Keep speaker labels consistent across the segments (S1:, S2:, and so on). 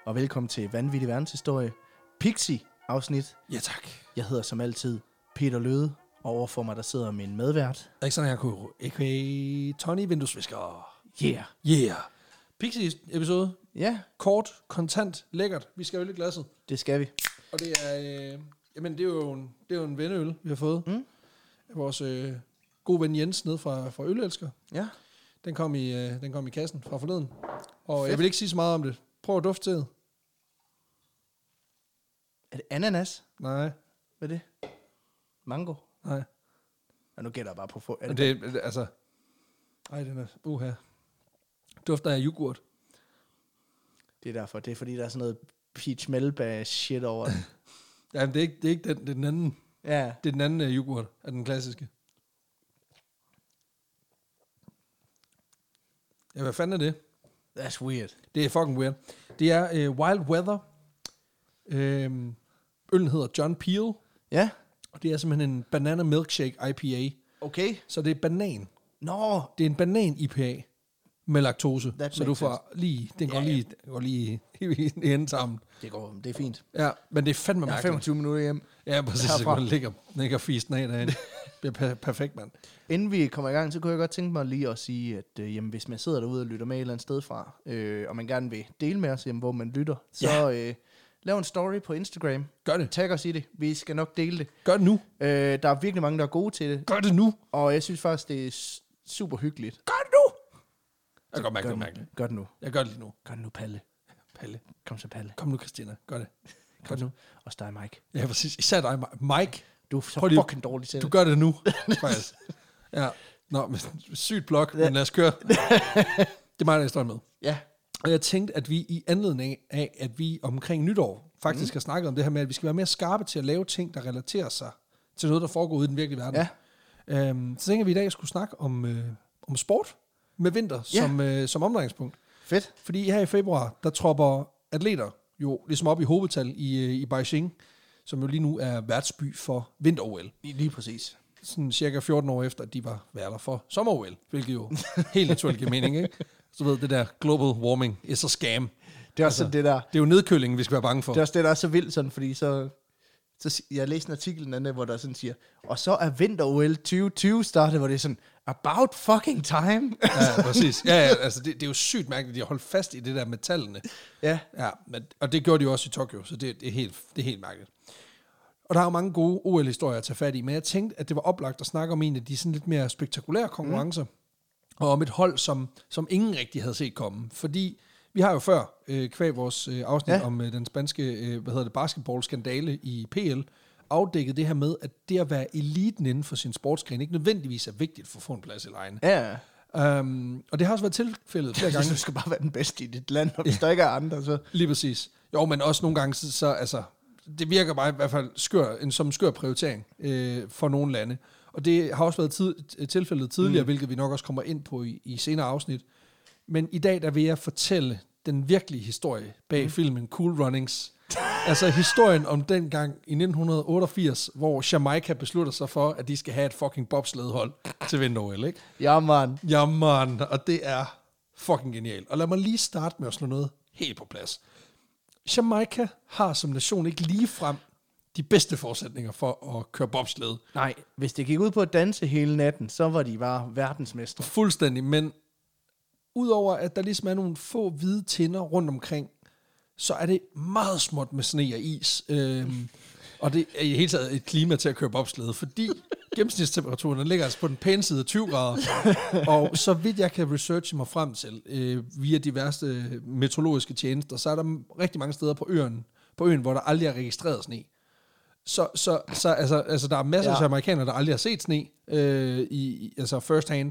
S1: og velkommen til Vanvittig Verdenshistorie. Pixie-afsnit.
S2: Ja, tak.
S1: Jeg hedder som altid Peter Løde, og overfor mig der sidder min medvært.
S2: Alexander Jakob, a.k.a. Tony Vinduesvisker.
S1: Yeah.
S2: Yeah. Pixie-episode.
S1: Ja,
S2: Kort, kontant, lækkert. Vi skal øl i glasset.
S1: det skal vi.
S2: Og det er, jamen det er jo en venneøl, vi har fået. Af vores gode ven Jens ned fra Ølelsker.
S1: Ja.
S2: Den kom i kassen fra forleden. Og
S1: Fedt.
S2: jeg vil ikke sige så meget om det. Prøv at dufte til det.
S1: Er det ananas?
S2: Nej.
S1: Hvad er det? Mango?
S2: Nej.
S1: Ja, nu gætter jeg bare på...
S2: Er det altså... Ej, den er... Dufter af yoghurt.
S1: Det er derfor. Det er fordi, der er sådan noget peach melba shit over det.
S2: Jamen, det er ikke den, det er den anden.
S1: Ja.
S2: Det er den anden yoghurt af den klassiske. Ja, hvad fanden er det?
S1: That's weird.
S2: Det er fucking weird. Det er Wild Weather. Øllen hedder John Peel.
S1: Ja.
S2: Og det er simpelthen en banana milkshake IPA.
S1: Okay.
S2: Så det er banan.
S1: Nå.
S2: Det er en banan IPA med laktose.
S1: That
S2: Så du
S1: makes
S2: får lige... Den går lige i enden sammen.
S1: Det er fint.
S2: Ja, men det er fandme
S1: Jeg har
S2: mærkeligt.
S1: 25 minutter hjem.
S2: Ja, præcis.
S1: Herfra.
S2: Så ligger fisen af derinde. Det bliver perfekt, mand.
S1: Inden vi kommer i gang, så kunne jeg godt tænke mig lige at sige, at jamen, hvis man sidder derude og lytter med et eller andet sted fra, og man gerne vil dele med os, jamen, hvor man lytter, så lav en story på Instagram.
S2: Gør det.
S1: Tag os i det. Vi skal nok dele det.
S2: Gør det nu.
S1: Der er virkelig mange, der er gode til det.
S2: Gør det nu.
S1: Og jeg synes faktisk, det er super hyggeligt.
S2: Gør det nu. Jeg kan godt mærke det.
S1: Gør det nu.
S2: Jeg gør det lige nu.
S1: Gør det nu, Palle.
S2: Palle.
S1: Kom så, Palle.
S2: Kom nu, Christina. Gør det. Gør det nu.
S1: Og dig, Mike.
S2: Ja, præcis. Især dig, Mike.
S1: Du er så
S2: Prøv lige-
S1: fucking dårlig til
S2: Du
S1: det.
S2: gør det nu, faktisk. Ja. Nå, men sygt blok, men lad os køre. Det er mig, der er med.
S1: Ja.
S2: Og jeg tænkte, at vi i anledning af, at vi omkring nytår faktisk har snakket om det her med, at vi skal være mere skarpe til at lave ting, der relaterer sig til noget, der foregår ude i den virkelige verden.
S1: Ja.
S2: Så tænker vi i dag skulle snakke om sport med vinter som omdrejningspunkt.
S1: Fedt.
S2: Fordi her i februar, der tropper atleter jo ligesom op i hovedtal i Beijing, som jo lige nu er værtsby for vinter-OL.
S1: Lige præcis.
S2: Sådan cirka 14 år efter, at de var værter for sommer-OL, hvilket jo helt naturligt giver mening, ikke? Så ved det der global warming is a scam.
S1: Det er også sådan det der.
S2: Det er jo nedkølingen, vi skal være bange for.
S1: Det er også det, der er så vildt sådan, fordi så jeg læste en artikel den anden, hvor der sådan siger, og så er vinter-OL 2020 startet, hvor det er sådan, about fucking time.
S2: Ja, præcis. Ja, altså det er jo sygt mærkeligt, at de har holdt fast i det der med tallene.
S1: Ja.
S2: Ja, og det gjorde de jo også i Tokyo, så det er helt mærkeligt. Og der er jo mange gode OL-historier at tage fat i, men jeg tænkte, at det var oplagt at snakke om en af de sådan lidt mere spektakulære konkurrencer, og om et hold, som ingen rigtig havde set komme. Fordi vi har jo før, kvæg vores afsnit om den spanske basketball-skandale i PL, afdækket det her med, at det at være eliten inden for sin sportsgren ikke nødvendigvis er vigtigt for at få en plads i lejen.
S1: Ja.
S2: Og det har også været tilfældet flere gange.
S1: Du skal bare være den bedste i dit land, og hvis der ikke er andre, så...
S2: Lige præcis. Jo, men også nogle gange, så altså, det virker bare i hvert fald som en skør prioritering for nogle lande. Og det har også været tilfældet tidligere, hvilket vi nok også kommer ind på i senere afsnit. Men i dag, der vil jeg fortælle den virkelige historie bag filmen Cool Runnings. Altså historien om den gang i 1988, hvor Jamaica beslutter sig for, at de skal have et fucking bobsledhold til vinter-OL, ikke?
S1: Ja, man.
S2: Jamen, og det er fucking genialt. Og lad mig lige starte med at slå noget helt på plads. Jamaica har som nation ikke ligefrem de bedste forudsætninger for at køre bobsled.
S1: Nej, hvis det gik ud på at danse hele natten, så var de bare verdensmestre.
S2: Fuldstændig, men udover at der ligesom er nogle få hvide tinder rundt omkring, så er det meget småt med sne og is. Og det er i hele taget et klima til at køre bobsled, fordi gennemsnitstemperaturen ligger altså på den pæne side af 20 grader. Og så vidt jeg kan researche mig frem til, via diverse meteorologiske tjenester, så er der rigtig mange steder på øen, hvor der aldrig er registreret sne. Så altså der er masser af amerikanere, der aldrig har set sne, altså first hand.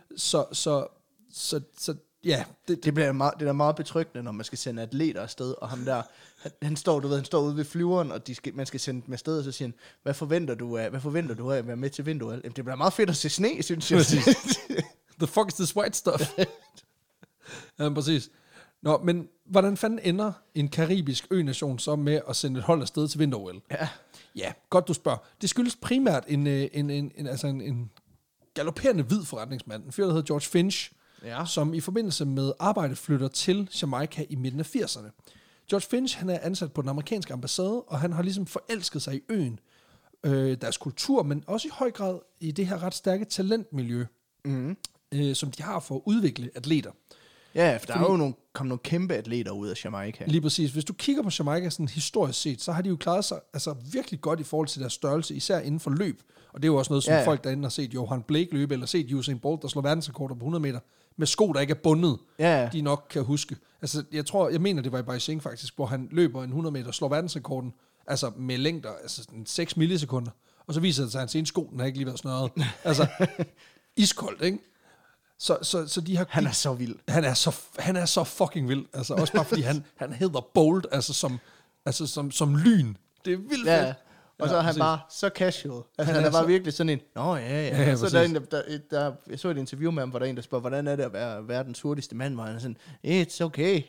S2: Så ja.
S1: Det er meget betryggende, når man skal sende atleter afsted, og ham der, han står ude ved flyveren, og man skal sende dem afsted, og så siger han, hvad forventer du af at være med til vinter-OL? Jamen, det bliver meget fedt at se sne, synes jeg.
S2: The fuck is this white stuff? Ja, præcis. Nå, men hvordan fanden ender en karibisk ø-nation så med at sende et hold afsted til vinter-OL? Ja, godt du spørger. Det skyldes primært en galopperende hvid forretningsmand, en fyr, der hedder George Finch, som i forbindelse med arbejde flytter til Jamaica i midten af 80'erne. George Finch, han er ansat på den amerikanske ambassade, og han har ligesom forelsket sig i øen, deres kultur, men også i høj grad i det her ret stærke talentmiljø, som de har for at udvikle atleter.
S1: Ja, for der er jo kommet nogle kæmpe atleter ud af Jamaica.
S2: Lige præcis. Hvis du kigger på Jamaica sådan historisk set, så har de jo klaret sig altså virkelig godt i forhold til deres størrelse, især inden for løb. Og det er jo også noget, som folk derinde har set Johan Blake løbe, eller set Usain Bolt, der slår verdensrekorder på 100 meter, med sko, der ikke er bundet, de nok kan huske. Altså, jeg mener, det var i Beijing faktisk, hvor han løber en 100 meter, slår verdensrekorden, altså med længder, altså 6 millisekunder, og så viser det sig, at hans ene sko, den har ikke lige været snørret. Altså, iskoldt, ikke? Så de har...
S1: Han er så vild.
S2: Han er så fucking vild. Altså, også bare fordi han hedder Bolt, som lyn. Det er vildt fedt.
S1: Og så er han bare så casual. Altså, han er bare virkelig sådan en, ja. Så der jeg så et interview med ham, hvor der en, der spørger, hvordan er det at være verdens hurtigste mand? Hvor han er sådan, it's okay.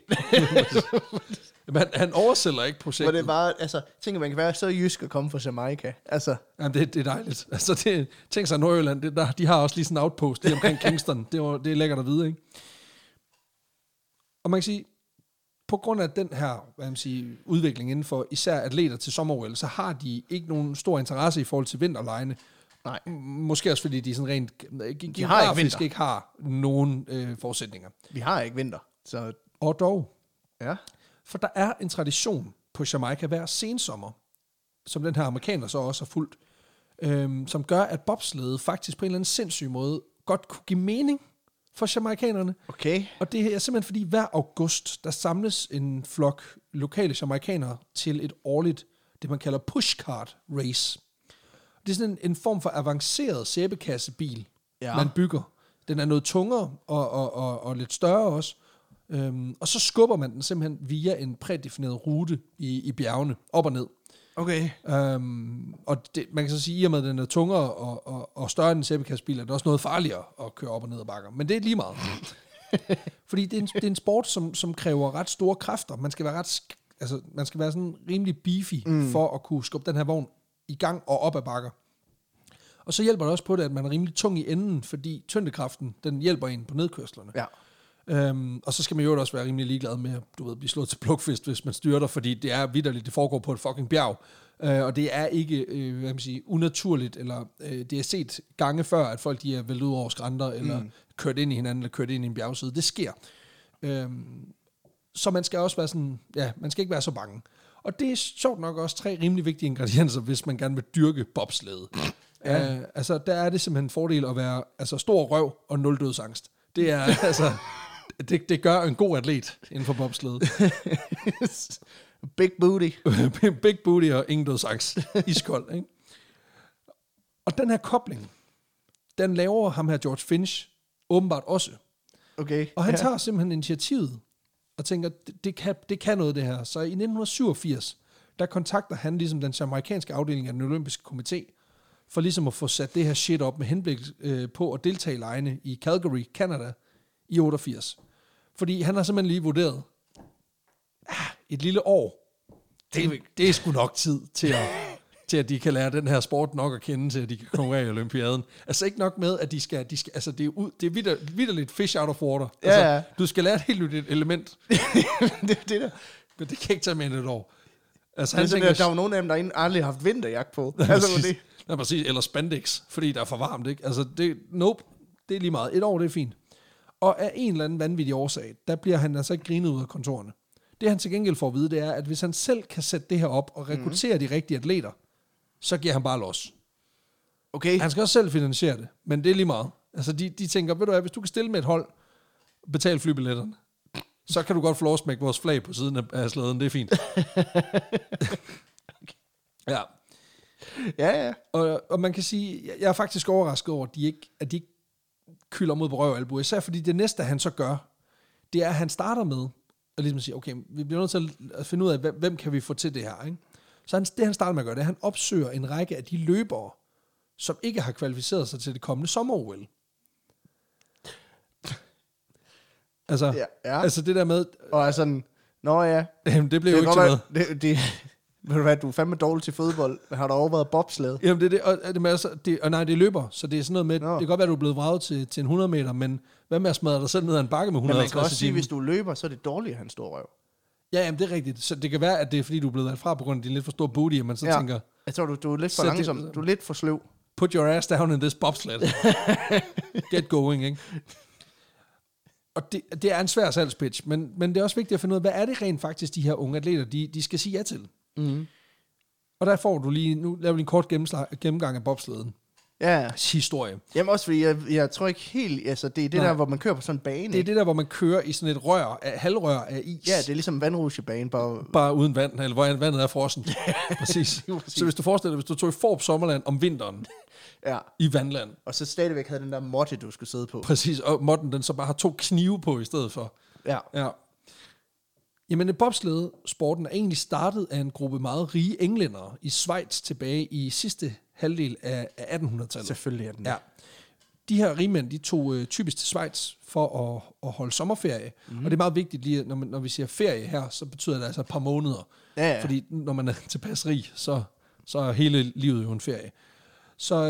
S2: Men han oversælger ikke projektet.
S1: Hvor det er bare, altså, tænker man kan være så jysk at komme fra Jamaica. Altså.
S2: Jamen, det er dejligt. Altså, tænk sig Nordjylland, de har også lige sådan en outpost lige omkring Kingston. Det er lækkert at vide, ikke? Og man kan sige, på grund af den her udvikling inden for især atleter til sommer-OL, så har de ikke nogen stor interesse i forhold til vinterlejene.
S1: Nej.
S2: Måske også fordi de sådan rent geografisk ikke har nogen forudsætninger.
S1: Vi har ikke vinter. Så.
S2: Og dog.
S1: Ja.
S2: For der er en tradition på Jamaica hver sensommer, som den her amerikaner så også har fulgt, som gør, at bobslæde faktisk på en eller anden sindssyg måde godt kunne give mening for jamaikanerne.
S1: Okay. Og
S2: det er simpelthen fordi hver august, der samles en flok lokale jamaikanere til et årligt, det man kalder pushcart race. Det er sådan en form for avanceret sæbekassebil, man bygger. Den er noget tungere og lidt større også. Og så skubber man den simpelthen via en prædefineret rute i bjergene, op og ned.
S1: Okay.
S2: Og man kan så sige, at i og med, at den er tungere og større end en sæbekassebil, er det også noget farligere at køre op og ned ad bakker. Men det er lige meget. Fordi det er en sport, som kræver ret store kræfter. Man skal være man skal være sådan rimelig beefy for at kunne skubbe den her vogn i gang og op ad bakker. Og så hjælper det også på det, at man er rimelig tung i enden, fordi tyngdekraften, den hjælper en på nedkørslerne. Ja. Og så skal man jo også være rimelig ligeglad med at blive slået til plukfisk, hvis man styrter, fordi det er vitterligt, det foregår på et fucking bjerg. Og det er ikke unaturligt, eller det er set gange før, at folk de er væltet ud over skrænter, eller kørt ind i hinanden, eller kørt ind i en bjergside. Det sker. Så man skal også være sådan, man skal ikke være så bange. Og det er sjovt nok også 3 rimelig vigtige ingredienser, hvis man gerne vil dyrke bobslæde. Der er det simpelthen en fordel at være stor røv og 0 dødsangst. Det er det gør en god atlet inden for bobslæde.
S1: Big booty.
S2: Big booty og ingen dødsangst. Iskold, ikke? Og den her kobling, den laver ham her George Finch åbenbart også.
S1: Okay.
S2: Og han tager simpelthen initiativet og tænker, det kan noget det her. Så i 1987, der kontakter han ligesom den jamaikanske afdeling af den olympiske komité, for ligesom at få sat det her shit op med henblik på at deltage i legene i Calgary, Canada, i 88. Fordi han har simpelthen lige vurderet, et lille år, det er sgu nok tid til at de kan lære den her sport nok at kende, til at de kan konkurrere i olympiaden. Altså ikke nok med, at de skal altså det er vitterligt fish out of water.
S1: Ja,
S2: altså, du skal lære et helt nyt element.
S1: det der.
S2: Men det kan ikke tage med et år. Altså,
S1: han tænker, der er jo nogle af dem, der aldrig har haft vinterjagt på. Altså,
S2: det. Præcis, eller spandex, fordi der er for varmt, ikke? Altså, det er lige meget. Et år, det er fint. Og af en eller anden vanvittig årsag, der bliver han altså ikke grinet ud af kontorerne. Det han til gengæld får at vide, det er, at hvis han selv kan sætte det her op og rekruttere de rigtige atleter, så giver han bare los.
S1: Okay.
S2: Han skal også selv finansiere det, men det er lige meget. Altså, de tænker, ved du hvad, hvis du kan stille med et hold, betale flybilletterne, så kan du godt få lov at smække vores flag på siden af slæden, det er fint.
S1: Okay.
S2: Ja.
S1: Ja.
S2: Og man kan sige, jeg er faktisk overrasket over, at de ikke kylder mod på røv og albu. Især fordi det næste, han så gør, det er, at han starter med at ligesom sige, okay, vi bliver nødt til at finde ud af, hvem kan vi få til det her, ikke? Så det, han starter med at gøre, det er, at han opsøger en række af de løbere, som ikke har kvalificeret sig til det kommende sommer-OL. Altså det der med...
S1: Og er sådan,
S2: det blev jo ikke til noget.
S1: Ved du hvad, du er fandme dårlig til fodbold. Har der overvejet bobslæde?
S2: Jamen det er det, og nej, det er løber, så det er sådan noget med, det kan godt være, at du er blevet vraget til en 100 meter, men hvad med at smadre dig selv ned ad en bakke med 150?
S1: Men man kan også sige, at hvis du løber, så er det dårligt at have en stor røv.
S2: Ja, jamen, det er rigtigt. Så det kan være, at det er, fordi du er blevet valgt fra på grund af din lidt for store booty, og man så tænker...
S1: Jeg tror, du er lidt for langsom. Du er lidt for sløv.
S2: Put your ass down in this bobsled. Get going, ikke? Og det er en svær salgspitch, men det er også vigtigt at finde ud af, hvad er det rent faktisk, de her unge atleter, de skal sige ja til.
S1: Mm.
S2: Og der får du lige... Nu laver vi en kort gennemgang af bobsleden.
S1: Ja.
S2: Historie.
S1: Jamen også fordi, jeg tror ikke helt... Altså, det er det der, hvor man kører på sådan en bane.
S2: Det er det der, hvor man kører i sådan et halvrør af is.
S1: Ja, det er ligesom en vandrutsjebane.
S2: Bare uden vand, eller hvor vandet er frossen. Præcis. Så hvis du forestiller dig, hvis du tog i Forop Sommerland om vinteren, i vandland.
S1: Og så stadigvæk havde den der måtte, du skulle sidde på.
S2: Præcis, og måtten den så bare har 2 knive på i stedet for.
S1: Ja.
S2: Jamen, bobslædesporten er egentlig startet af en gruppe meget rige englændere i Schweiz tilbage i sidste halvdel af 1800-tallet.
S1: Selvfølgelig er den.
S2: Ja. De her rigmænd, de tog typisk til Schweiz for at holde sommerferie. Og det er meget vigtigt lige, når vi siger ferie her, så betyder det altså et par måneder.
S1: Ja.
S2: Fordi når man er tilpas rig, så er hele livet jo en ferie. Så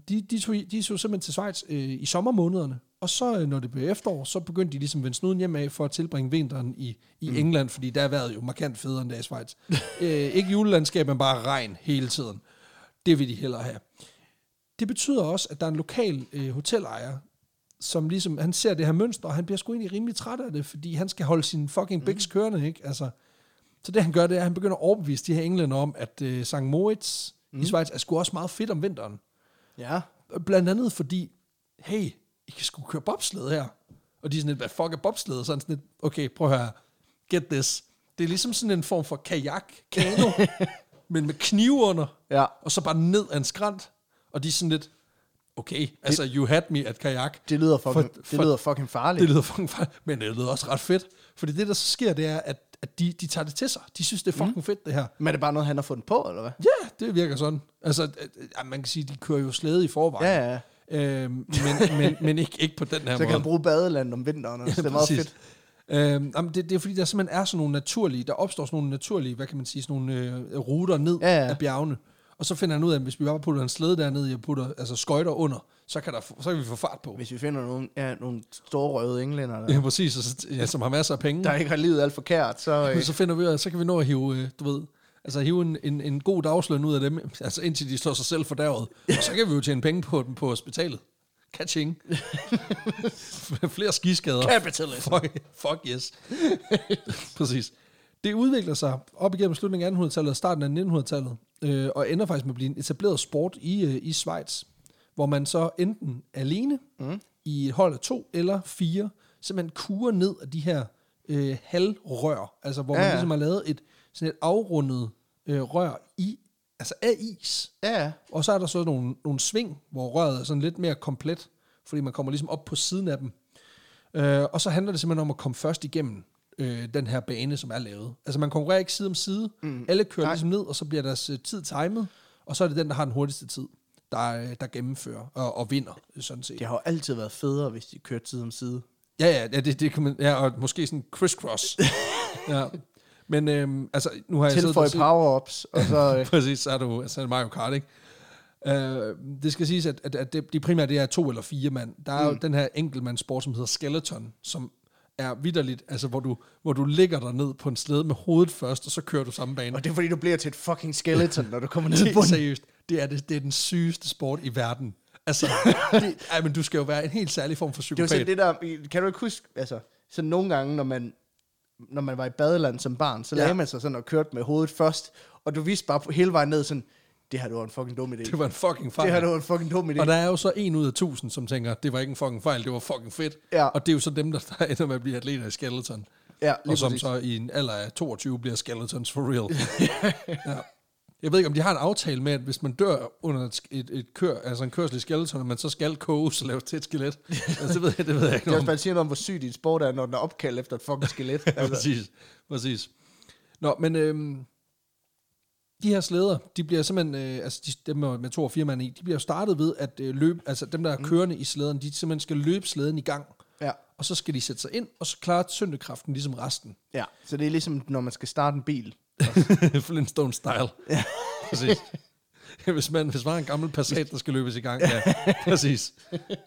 S2: de tog simpelthen til Schweiz i sommermånederne, og så når det blev efterår, så begyndte de ligesom at vende snuden hjemme af for at tilbringe vinteren i England, fordi der er vejret jo markant federe end der i Schweiz. Ikke julelandskab, men bare regn hele tiden. Det vil de hellere have. Det betyder også, at der er en lokal hotelejer, som ligesom, han ser det her mønster, og han bliver sgu egentlig rimelig træt af det, fordi han skal holde sin fucking biks kørende, ikke? Altså, så det han gør, det er, at han begynder at overbevise de her englænder om, at St. Moritz i Schweiz er sgu også meget fedt om vinteren.
S1: Ja.
S2: Blandt andet fordi, hey, I kan sgu køre bobsled her. Og de er sådan lidt, hvad fuck er bobsled? Og sådan lidt, okay, prøv at høre, get this. Det er ligesom sådan en form for kano, men med knive under, og så bare ned ad en skrant. Og de er sådan lidt, okay, altså, you had me at kajak.
S1: Det lyder fucking farligt.
S2: Det lyder fucking farligt, men det lyder også ret fedt. Fordi det, der så sker, det er, at de tager det til sig. De synes, det er fucking fedt, det her.
S1: Men er det bare noget, han har fundet på, eller hvad?
S2: Ja, det virker sådan. Altså, man kan sige, de kører jo slæde i forvejen.
S1: Ja.
S2: Men ikke på den her måde.
S1: Så kan han bruge badeland om vinteren, og det er meget fedt.
S2: Det er fordi, der simpelthen er sådan nogle naturlige, der opstår sådan nogle naturlige, hvad kan man sige, sådan nogle ruter ned af bjergene. Og så finder han ud af, at hvis vi bare putter en slæde dernede, og putter altså skøjter under, så kan vi få fart på.
S1: Hvis vi finder nogle store røde englænder, der.
S2: Ja, præcis, og som har masser af penge.
S1: Der ikke har livet alt forkert,
S2: så finder vi ud af, så kan vi nå at hive, hive en god dagsløn ud af dem, altså indtil de slår sig selv for derud. Og så kan vi jo tjene penge på dem på hospitalet. Catching. Flere skiskader.
S1: Capitalism.
S2: Fuck yes. Præcis. Det udvikler sig op igennem slutningen af 1800-tallet og starten af 1900-tallet, og ender faktisk med at blive en etableret sport i Schweiz, hvor man så enten alene i et hold af 2 eller 4 simpelthen kurer ned af de her halvrør, altså hvor man ligesom har lavet sådan et afrundet rør af is.
S1: Ja.
S2: Og så er der så nogle sving, hvor røret er sådan lidt mere komplet, fordi man kommer ligesom op på siden af dem. Og så handler det simpelthen om at komme først igennem den her bane, som er lavet. Altså man konkurrerer ikke side om side. Alle kører ligesom ned, og så bliver deres tid timet, og så er det den, der har den hurtigste tid, der gennemfører og vinder, sådan set.
S1: Det har jo altid været federe, hvis de kørte side om side.
S2: Ja, det kan man, og måske sådan crisscross. Ja. Men altså, nu har jeg
S1: tilføje power-ups, og så...
S2: Præcis, så er det Mario Kart, ikke? Det skal siges, at det primært det er 2 eller 4 mand. Der er jo den her enkeltmandssport, som hedder skeleton, som er vitterligt, altså hvor du ligger der ned på en slæde med hovedet først, og så kører du samme bane.
S1: Og det er fordi, du bliver til et fucking skeleton, når du kommer ned på den.
S2: Seriøst, det er den sygeste sport i verden. Altså, men du skal jo være en helt særlig form for psykopat.
S1: Det var sådan det der, kan du ikke huske, altså, så nogle gange, når man var i badeland som barn, så lagde man sig sådan og kørte med hovedet først, og du vidste bare hele vejen ned sådan, det her, det var en fucking dum idé.
S2: Det var en fucking fejl.
S1: Det her, det var en fucking dum idé.
S2: Og der er jo så 1 ud af 1000, som tænker, det var ikke en fucking fejl, det var fucking fedt.
S1: Ja.
S2: Og det er jo så dem, der ender med at blive atleter i skeleton.
S1: Ja,
S2: og som så i en alder af 22 bliver skeletons for real. Ja. Jeg ved ikke, om de har en aftale med, at hvis man dør under en kørsel i skeleton, at man så skal koges og laves til et skelet. Altså, det ved jeg ikke
S1: noget om. Det er siger noget om, hvor syg din sport er, når den er opkaldt efter et fucking skelet.
S2: Altså. Præcis. Nå, men de her slæder, de bliver simpelthen, dem med 2 og 4 mand i, de bliver startet ved at løbe, altså dem, der er kørende i slæden, de simpelthen skal løbe slæden i gang. Ja. Og så skal de sætte sig ind, og så klarer tyngdekraften ligesom resten.
S1: Ja, så det er ligesom, når man skal starte en bil.
S2: Flintstone-style. Ja. Præcis. Hvis man har en gammel Passat, der skal løbes i gang. Ja, præcis.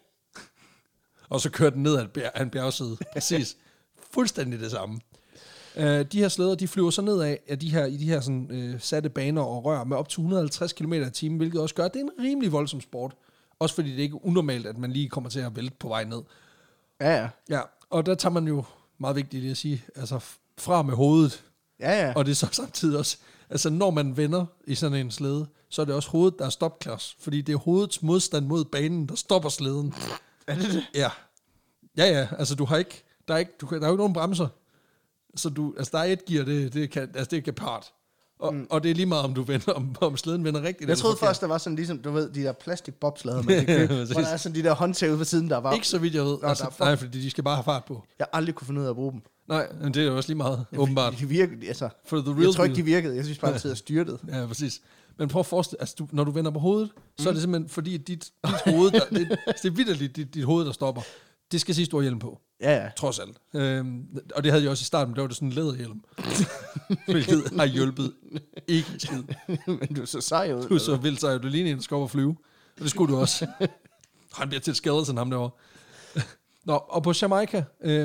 S2: Og så kører den ned ad en bjergside. Præcis. Fuldstændig det samme. De her slæder, de flyver så nedad i de her sådan, satte baner og rør med op til 150 km i timen, hvilket også gør, at det er en rimelig voldsom sport. Også fordi det ikke er unormalt, at man lige kommer til at vælte på vej ned.
S1: Ja.
S2: Ja, og der tager man jo, meget vigtigt lige at sige, altså fra med hovedet.
S1: Ja.
S2: Og det er så samtidig også, altså når man vender i sådan en slæde, så er det også hovedet, der er stopklods. Fordi det er hovedets modstand mod banen, der stopper slæden.
S1: Er det det?
S2: Ja. Ja, altså der er jo ikke nogen bremser. Så der er et gear, det er kapart. Og det er lige meget, om du vender, om slæden vender rigtigt.
S1: Jeg troede først, der var sådan ligesom, du ved, de der plastikbobslader, man kan købe, hvor der er sådan de der håndtag ude på siden, der var...
S2: Ikke så vidt, jeg ved. Altså, nej, fordi de skal bare have fart på.
S1: Jeg har aldrig kunne finde ud af at bruge dem.
S2: Nej, men det er jo også lige meget, åbenbart.
S1: De virkede, altså...
S2: For the real
S1: jeg tror ikke, de virkede. Jeg synes bare, at jeg styrtede.
S2: Ja, præcis. Men prøv at forestille, altså når du vender på hovedet, så er det simpelthen fordi, at dit hoved, det er vitterligt dit hoved, der stopper. Det skal sige stor hjelm på.
S1: Ja.
S2: Trods alt. Og det havde jeg også i starten, men der var det sådan en læderhjelm. Hvilket har hjulpet ikke skid.
S1: Men du er så sej ud.
S2: Du er så vildt sej. Du ligner en, der skal op og flyve. Og det skulle du også. Han bliver til et skeleton, ham derovre. Nå, og på Jamaica,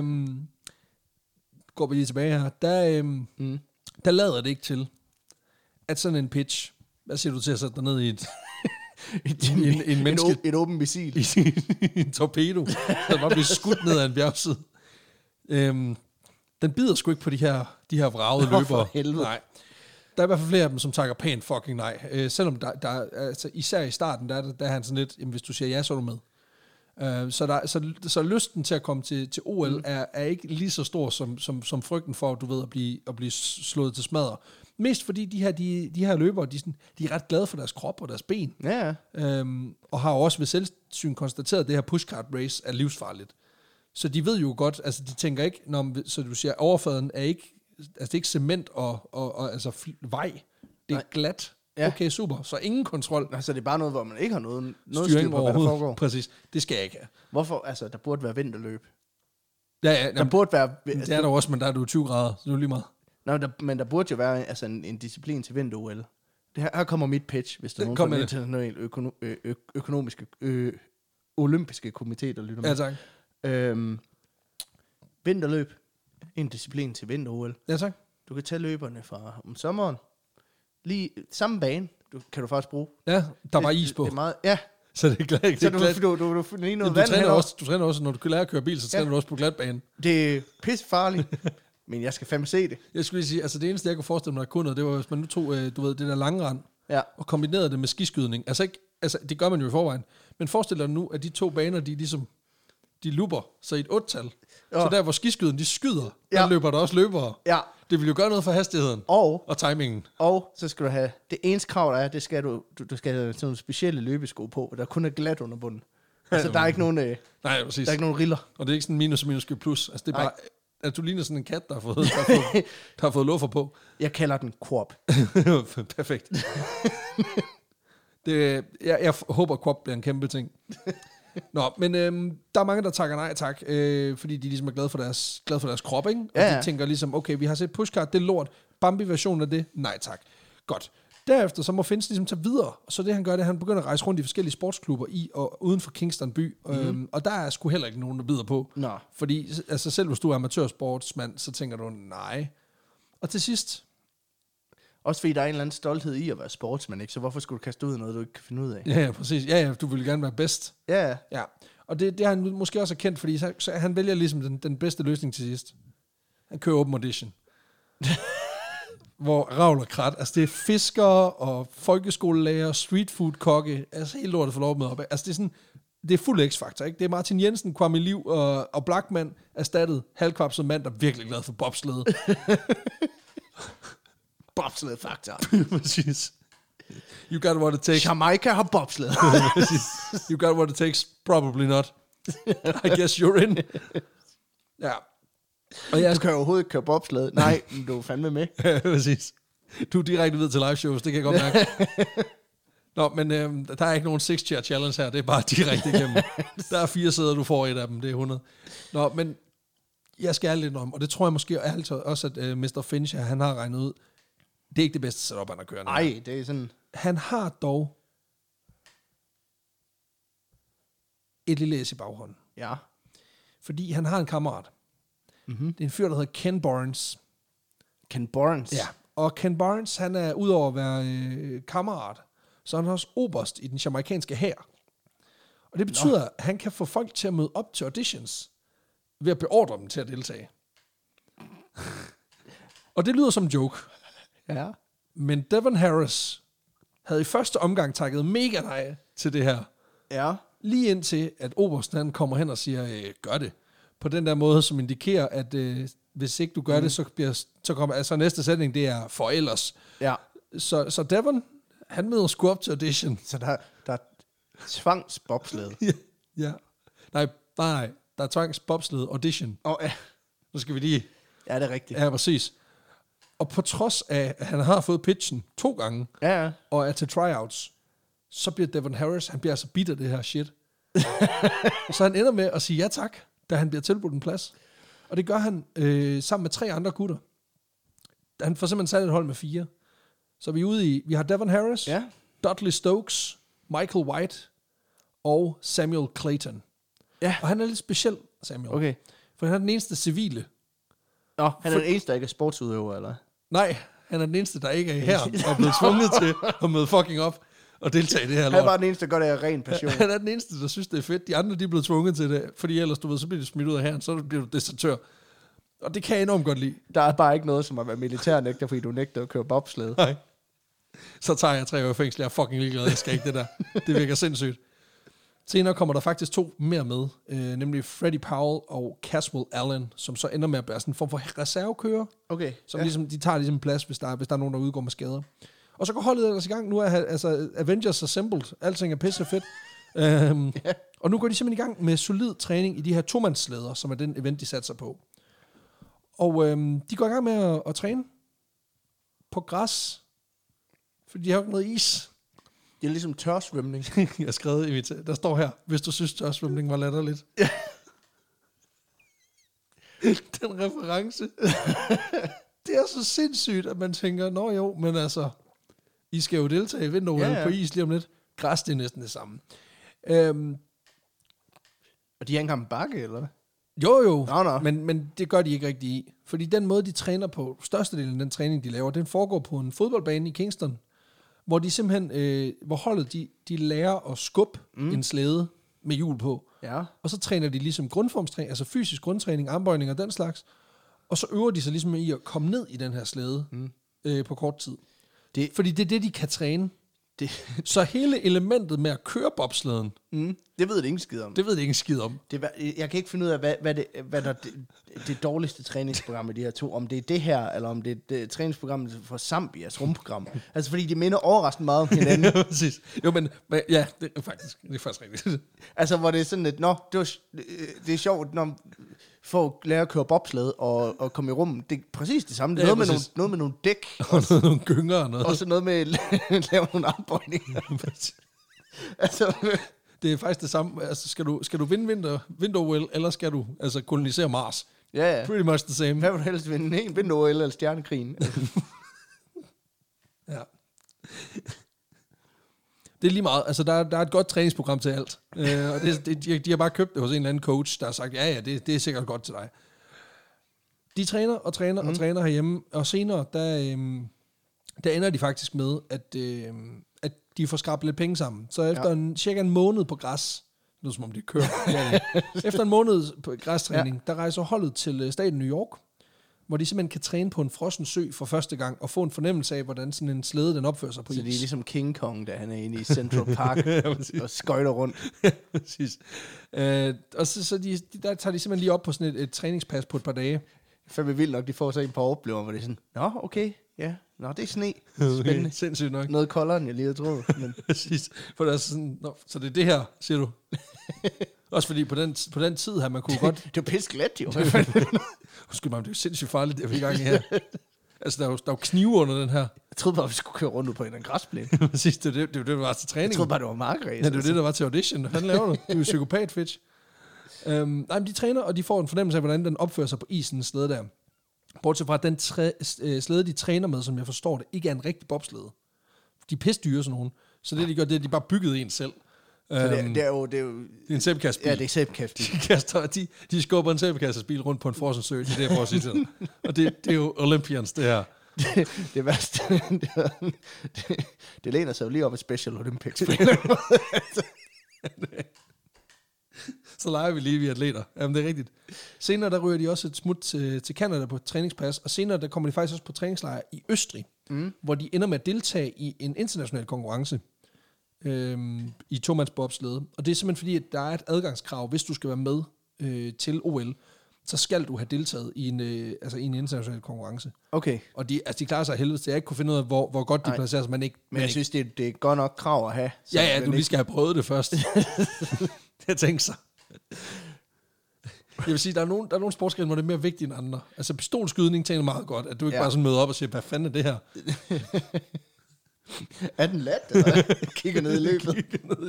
S2: går vi lige tilbage her, der lader det ikke til, at sådan en pitch, hvad siger du til at sætte dig ned i
S1: et åbent missil.
S2: en torpedo, der bare bliver skudt ned af en bjergside. Den bider sgu ikke på de her vragede løbere. Nej. Der er i hvert fald flere af dem, som takker pænt fucking nej. Selvom der altså, især i starten, der er han sådan lidt, jamen, hvis du siger ja, så er du med. Så lysten til at komme til OL er ikke lige så stor som frygten for, du ved, at blive slået til smadre. Mest fordi de her løbere, de er ret glade for deres krop og deres ben.
S1: Ja.
S2: Og har også ved selvsyn konstateret, at det her pushcart race er livsfarligt. Så de ved jo godt, altså de tænker ikke, så du siger, overfladen er ikke, altså det er ikke cement og altså vej. Det er glat. Ja. Okay, super. Så ingen kontrol.
S1: Altså det er bare noget, hvor man ikke har noget styr på, hvad der foregår.
S2: Præcis. Det skal jeg ikke have.
S1: Hvorfor? Altså, der burde være vinterløb.
S2: Ja.
S1: Der burde være...
S2: Det er der også, men der er du 20 grader, så det er lige meget.
S1: Nå, men der burde jo være altså, en disciplin til vinter-OL. Her kommer mit pitch, hvis der er nogen fra den internationale økonomiske olympiske komité, der lytter med.
S2: Ja, tak.
S1: Vinterløb. En disciplin til vinter-OL.
S2: Ja, tak.
S1: Du kan tage løberne fra om sommeren. Lige samme bane, kan du faktisk bruge.
S2: Ja, der var is på.
S1: Det er meget, ja.
S2: Så det er glat.
S1: Så du lige noget vand
S2: henover. Du træner også, når du lærer at køre bil, så træner du også på glatbane.
S1: Det er pissefarligt, men jeg skal fandme se det.
S2: Jeg skulle lige sige, altså det eneste, jeg kunne forestille mig, der kunne noget, det var, hvis man nu tog, du ved, det der lange rand, og kombinerede det med skiskydning. Altså det gør man jo i forvejen. Men forestil dig nu, at de to baner, de looper, så i et 8-tal. Så der, hvor skiskyderen, de skyder, der løber der også løbere. Ja. Det vil jo gøre noget for hastigheden og timingen.
S1: Og så skal du have, det eneste krav, der er, det skal du skal have sådan nogle specielle løbesko på, der kun er glat under bunden. Altså, der er ikke nogen,
S2: nej, præcis.
S1: Der er ikke nogen riller.
S2: Og det er ikke sådan minus plus. Altså, det er bare, at du ligner sådan en kat, der har fået luffer på.
S1: Jeg kalder den quap.
S2: Perfekt. Jeg håber, quap bliver en kæmpe ting. Nå, men der er mange, der takker nej tak, fordi de ligesom er glade for deres krop, ikke? Og de tænker ligesom, okay, vi har set pushcart, det er lort. Bambi-versionen af det, nej tak. Godt. Derefter så må Finns ligesom tage videre, så det han gør, det er, at han begynder at rejse rundt i forskellige sportsklubber i og uden for Kingston by, og der er sgu heller ikke nogen, der bider på.
S1: Nå.
S2: Fordi altså, selv hvis du er amatørsportsmand, så tænker du, nej. Og til sidst...
S1: Også fordi der er en eller anden stolthed i at være sportsmand, ikke? Så hvorfor skulle du kaste ud noget, du ikke kan finde ud af?
S2: Ja, præcis. Ja, du vil gerne være bedst.
S1: Ja.
S2: Og det har han måske også kendt, fordi så han vælger ligesom den bedste løsning til sidst. Han kører open audition. Hvor ravl og krat, altså det er fiskere og folkeskolelærer, streetfood-kokke, altså helt lortet får lov med op. Altså det er sådan, det er fuld X-faktor, ikke? Det er Martin Jensen, Kwame Liv og Blackman erstattet halvkvapset mand, der er virkelig glad for bobslede.
S1: Bobsled faktor.
S2: Præcis. You got what it takes.
S1: Jamaica har bobsled.
S2: You got what it takes. Probably not. I guess you're in. Ja.
S1: Og du kan jo overhovedet ikke køre bobsled. Nej, men du er fandme med.
S2: Ja, præcis. Du er direkte videre til live shows, det kan jeg godt mærke. Nå, men der er ikke nogen 6-chair challenge her, det er bare direkte igennem. Der er 4 sæder, du får et af dem, det er 100. Nå, men jeg skal ærligt om, og det tror jeg måske ærligt også, at Mr. Finch her, han har regnet ud, det er ikke det bedste setup, han har kørt.
S1: Nej, det er sådan...
S2: Han har dog et lille æs i baghånden.
S1: Ja.
S2: Fordi han har en kammerat. Mm-hmm. Det er en fyr, der hedder Ken Barnes.
S1: Ken Barnes.
S2: Ja, og Ken Barnes, han er udover at være kammerat, så er han også oberst i den jamaikanske hær. Og det betyder, at han kan få folk til at møde op til auditions, ved at beordre dem til at deltage. Og det lyder som en joke.
S1: Ja.
S2: Men Devon Harris havde i første omgang takket mega nej til det her.
S1: Ja.
S2: Lige indtil, at obersten han kommer hen og siger, gør det. På den der måde, som indikerer, at hvis ikke du gør det, så kommer altså næste sætning, det er for ellers.
S1: Ja.
S2: Så Devon, han møder sgu op til audition.
S1: Så der er tvangsbobslede.
S2: Ja. Nej. Der er tvangsbobslede audition.
S1: Ja.
S2: Nu skal vi lige...
S1: Ja, det er rigtigt.
S2: Ja, præcis. Og på trods af, at han har fået pitchen 2 gange,
S1: Ja.
S2: og er til tryouts, så bliver Devon Harris, han bliver altså bidt af det her shit. Så han ender med at sige ja tak, da han bliver tilbudt en plads. Og det gør han sammen med 3 andre gutter. Han får simpelthen sat et hold med 4. Så vi er ude i, vi har Devon Harris,
S1: Ja.
S2: Dudley Stokes, Michael White og Samuel Clayton.
S1: Ja.
S2: Og han er lidt speciel, Samuel.
S1: Okay.
S2: For han er den eneste civile.
S1: Nå, han er den eneste, der ikke er sportsudøver, eller?
S2: Nej, han er den eneste, der ikke er her og er blevet tvunget til at møde fucking op og deltage i det her
S1: Han er
S2: lort.
S1: bare den eneste, der gør det af ren passion.
S2: Han er den eneste, der synes, det er fedt. De andre, de er blevet tvunget til det, fordi ellers, du ved, så bliver de smidt ud af herren, så bliver du desertør. Og det kan jeg enormt godt lide.
S1: Der er bare ikke noget som at være militærnægter, fordi du nægter at køre bobslede.
S2: Nej. Så tager jeg 3 år i fængsel. Jeg er fucking ligeglad. Jeg skal ikke det der. Det virker sindssygt. Senere kommer der faktisk 2 mere med, nemlig Freddie Powell og Caswell Allen, som så ender med at være sådan en form for reservekører,
S1: Okay.
S2: som ligesom, de tager ligesom plads, hvis der er nogen, der udgår med skader. Og så går holdet ellers i gang. Nu er altså Avengers Assembled. Alting er pisse fedt. Og nu går de simpelthen i gang med solid træning i de her 2-mandsslæder, som er den event, de satser på. Og de går i gang med at træne på græs, fordi de har jo ikke noget is.
S1: Det er ligesom tørsvømning.
S2: Jeg har skrevet i mit... Der står her, hvis du synes, tørsvømning var latterligt.
S1: Ja.
S2: Den reference. Det er så sindssygt, at man tænker, nå jo, men altså, I skal jo deltage i vinter på is lige om lidt. Græs, det er næsten det samme.
S1: Og de har ikke engang en bakke, eller hvad?
S2: Jo,
S1: Nå.
S2: Men det gør de ikke rigtig i. Fordi den måde, de træner på, størstedelen af den træning, de laver, den foregår på en fodboldbane i Kingston, hvor de simpelthen, hvor holdet, de lærer at skubbe en slæde med hjul på.
S1: Ja.
S2: Og så træner de ligesom grundformstræning, altså fysisk grundtræning, armbøjning og den slags. Og så øver de sig ligesom i at komme ned i den her slæde på kort tid. Fordi det er det, de kan træne. Så hele elementet med at køre bobslæden,
S1: det ved det ingen skid om.
S2: det ved de ikke en skid om.
S1: Jeg kan ikke finde ud af, hvad der det dårligste træningsprogram i de her 2. Om det er det her, eller om det er det træningsprogram for Zambias rumprogram. Altså, fordi de minder overraskende meget om hinanden.
S2: Ja, præcis. Jo, men ja, det er faktisk rigtigt.
S1: Altså, hvor det er sådan lidt, det er sjovt, når for at lære at køre bobsled og komme i rummet. Det er præcis det samme. Det er noget med nogle dæk.
S2: Og nogle gynger og noget.
S1: Og så noget med at lave nogle armbøjninger. Altså,
S2: det er faktisk det samme. Altså, skal du vinde vinter-OL, eller skal du altså kolonisere Mars?
S1: ja.
S2: Pretty much the same.
S1: Hvad vil du helst vinde? En vinter-OL eller stjernekrigen?
S2: Ja. Det er lige meget. Altså, der er et godt træningsprogram til alt. Og de har bare købt det hos en eller anden coach, der har sagt, ja, det er sikkert godt til dig. De træner og træner herhjemme, og senere, der ender de faktisk med, at de får skrabet lidt penge sammen. Så efter cirka en måned på græs, det er som om de kører. Efter en måned på græstræning, der rejser holdet til staten New York, hvor de simpelthen kan træne på en frossen sø for første gang, og få en fornemmelse af, hvordan sådan en slæde, den opfører sig på is.
S1: Så det er ligesom King Kong, da han er inde i Central Park og skøjter rundt.
S2: Præcis. Og så der tager de simpelthen lige op på sådan et træningspas på et par dage.
S1: Fandme vildt nok, de får så en par oplevelser, hvor det er sådan, nå, okay, ja, nå, det er sne. Spændende.
S2: Okay, sindssygt nok.
S1: Noget koldere, end jeg lige havde troet. Men...
S2: Præcis. For der er sådan, så det er det her, siger du? Også fordi på den tid her, man kunne godt...
S1: Det var pisklet, jo.
S2: Husk mig, det er jo sindssygt farligt, det er vi i gang i her. Altså, der er jo knive under den her.
S1: Jeg troede bare, vi skulle køre rundt ud på en græsplæne.
S2: Præcis, det var det, der var til træning.
S1: Jeg troede bare, det var markræs.
S2: Ja, det var det, der var til audition. Hvad laver du? Du er jo psykopat, Fitch. Nej, men de træner, og de får en fornemmelse af, hvordan den opfører sig på isen slæde der. Bortset fra, at den slæde, de træner med, som jeg forstår det, ikke er en rigtig bobslæde. De er pisse dyre, sådan nogen. Så det, de gør, det er, at de bare byggede en selv.
S1: Så det er jo...
S2: Det er en sæbekastbil.
S1: Ja, det er sæbekastbil.
S2: De skubber en sæbekastersbil rundt på en frossen sø, det er det, jeg prøver at sige til dig. Og det er jo Olympians, det her.
S1: Det værste, det læner sig jo lige op af Special Olympics.
S2: Så leger vi lige, vi atleter. Jamen, det er rigtigt. Senere, der ryger de også et smut til Canada på træningspas, og senere, der kommer de faktisk også på træningslejr i Østrig, hvor de ender med at deltage i en international konkurrence i tomandsbobslede. Og det er simpelthen fordi, at der er et adgangskrav, hvis du skal være med til OL, så skal du have deltaget i en international konkurrence.
S1: Okay.
S2: Og de klarer sig af helvede, så jeg ikke kunne finde ud af, hvor godt de placerer sig, men ikke...
S1: Men jeg synes, det er godt nok krav at have.
S2: Ja, du lige skal have prøvet det først. Jeg tænker så. Jeg vil sige, der er nogle sportsgrene, hvor det er mere vigtigt end andre. Altså pistolskydning tænker meget godt, at du ikke bare sådan møder op og siger, hvad fanden er det her?
S1: Er den let, eller? Kigger ned i løbet.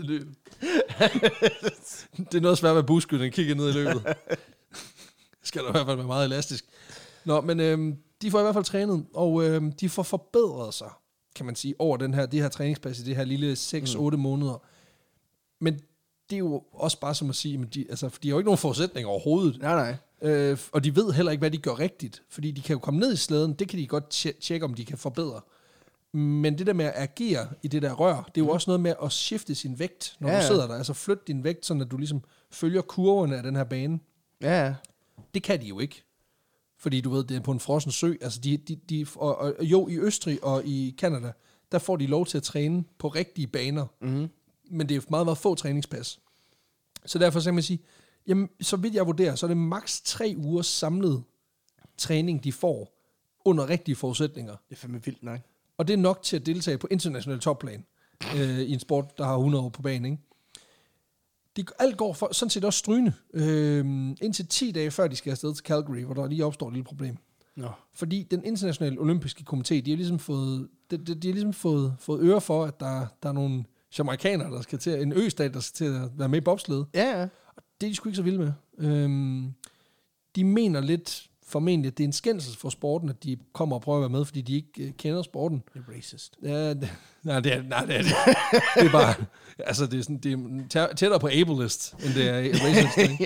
S2: Det er noget svært med buskydning, kigger ned i løbet. Skal der i hvert fald være meget elastisk. Nå, men de får i hvert fald trænet, og de får forbedret sig, kan man sige, over det her træningspas i det her lille 6-8 måneder. Men det er jo også bare som at sige, for de har jo ikke nogen forudsætninger overhovedet.
S1: Nej.
S2: Og de ved heller ikke, hvad de gør rigtigt. Fordi de kan jo komme ned i slæden, det kan de godt tjekke, om de kan forbedre. Men det der med at agere i det der rør, det er jo også noget med at skifte sin vægt, når du sidder der. Altså flytte din vægt, sådan at du ligesom følger kurverne af den her bane.
S1: Ja.
S2: Det kan de jo ikke. Fordi du ved, det er på en frossen sø. Altså jo, i Østrig og i Canada, der får de lov til at træne på rigtige baner. Mm-hmm. Men det er meget, meget få træningspas. Så derfor så kan man sige, jamen, så vidt jeg vurderer, så er det maks 3 ugers samlet træning, de får under rigtige forudsætninger.
S1: Det er fandme vildt nok.
S2: Og det er nok til at deltage på international topplan i en sport, der har 100 år på banen, ikke? Alt går sådan set også strygende. Indtil 10 dage før de skal afsted til Calgary, hvor der lige opstår et lille problem.
S1: Nå.
S2: Fordi den internationale olympiske komité, de har ligesom fået øre for, at der er nogle jamaikanere, der skal til, en østat, der skal til at være med i bobsled.
S1: Ja.
S2: Og det er de sgu ikke så vilde med. De mener lidt formentlig, at det er en skændsel for sporten, at de kommer og prøver at være med, fordi de ikke kender sporten.
S1: Det er racist.
S2: Ja, det er bare, altså det er sådan, det er tættere på ableist, end det er racist.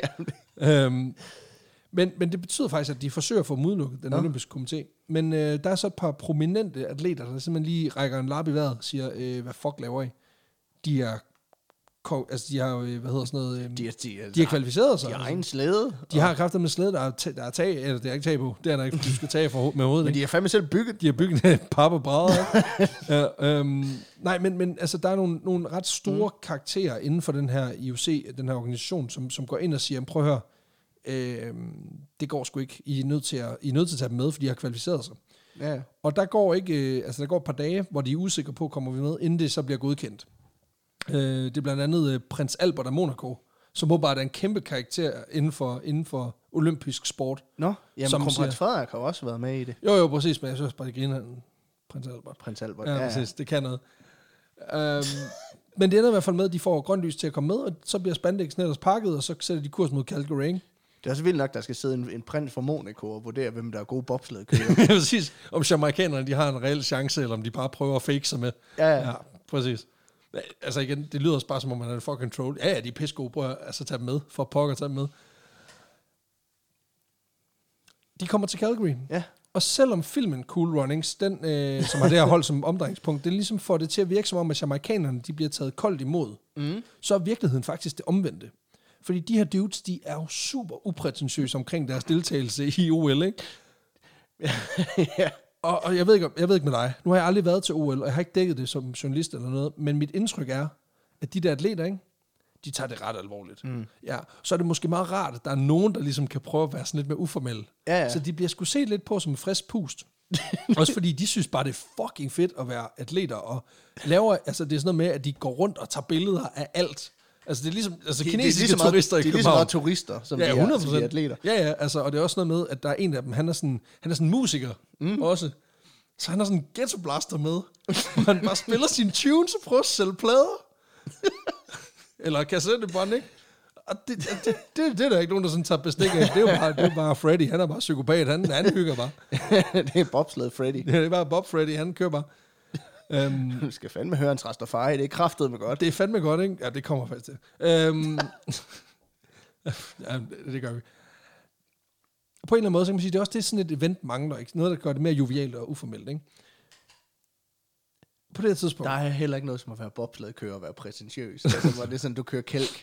S2: Men det betyder faktisk, at de forsøger at få dem udelukket, den olympiske komité. Men der er så et par prominente atleter, der simpelthen lige rækker en lap i vejret og siger, hvad fuck laver I? De har de har kvalificeret sig.
S1: De har egen slæde.
S2: De har kræfter med slæde, der er tag, eller det er ikke tag på. Det er der ikke, du skal tage med hovedet.
S1: Men de har fandme selv bygget.
S2: De har bygget en pap og brædder. Nej, men altså, der er nogle ret store karakterer inden for den her IOC, den her organisation, som går ind og siger, prøv at høre, det går sgu ikke. I er nødt til at tage dem med, fordi de har kvalificeret sig.
S1: Ja.
S2: Og der går et par dage, hvor de er usikre på, kommer vi med, inden det så bliver godkendt. Det er blandt andet prins Albert af Monaco, som åbenbart er en kæmpe karakter inden for olympisk sport.
S1: Nå, jamen kronprins Frederik har også været med i det.
S2: Jo, præcis, men jeg synes bare, det griner
S1: Prins Albert,
S2: ja. Præcis, det kan noget. Men det ender i hvert fald med, at de får grønt lys til at komme med, og så bliver spandex ellers pakket, og så sætter de kurs mod Calgary. Det
S1: er også vildt nok, der skal sidde en prins fra Monaco og vurdere, hvem der er gode bobsledkører.
S2: Præcis, om jamaikanerne de har en reel chance, eller om de bare prøver at fake sig med. Ja, præcis. Altså igen, det lyder også bare som om man er en fucking troll. Ja, de er pissegode, prøv at tage dem med, for pokker tage dem med. De kommer til Calgary. Ja. Og selvom filmen Cool Runnings, den, som har det her hold som omdrejningspunkt, det ligesom får det til at virke som om, at jamaikanerne, de bliver taget koldt imod. Så er virkeligheden faktisk det omvendte. Fordi de her dudes, de er jo super uprætentiøse omkring deres deltagelse i OL, ikke? Ja. Og jeg ved ikke med dig. Nu har jeg aldrig været til OL, og jeg har ikke dækket det som journalist eller noget, men mit indtryk er, at de der atleter, ikke, de tager det ret alvorligt. Ja, så er det måske meget rart, at der er nogen, der ligesom kan prøve at være sådan lidt mere uformelle. Ja. Så de bliver sgu set lidt på som en frisk pust. Også fordi de synes bare, det er fucking fedt at være atleter, og laver, altså det er sådan noget med, at de går rundt og tager billeder af alt. Altså det er ligesom kinesiske turister i København.
S1: Det er ligesom meget turister, som de er, som de atleter.
S2: Ja, altså, og det er også noget med, at der er en af dem, han er sådan musiker også. Så han har sådan en ghetto blaster med, og han bare spiller sine tunes og prøver at sælge plader. Eller kassettebånd, ikke? Og det er der ikke nogen, der sådan tager bestik af. Det er jo bare Freddy, han er bare psykopat, han hygger bare.
S1: Det er bobsled Freddy.
S2: Ja, det er bare Bob Freddy, han kører bare.
S1: Du skal fandme høre en Rastafari, det er kraftedeme godt.
S2: Det er fandme godt, ikke? Ja, det kommer faktisk til. Ja, det gør vi. På en eller anden måde, så kan man sige, det er også det, sådan et event mangler, ikke? Noget, der gør det mere jovialt og uformelt, ikke? På det her tidspunkt.
S1: Der er heller ikke noget som at være bobsledkører og være præsentiøs. Hvor det er sådan, du kører kælk.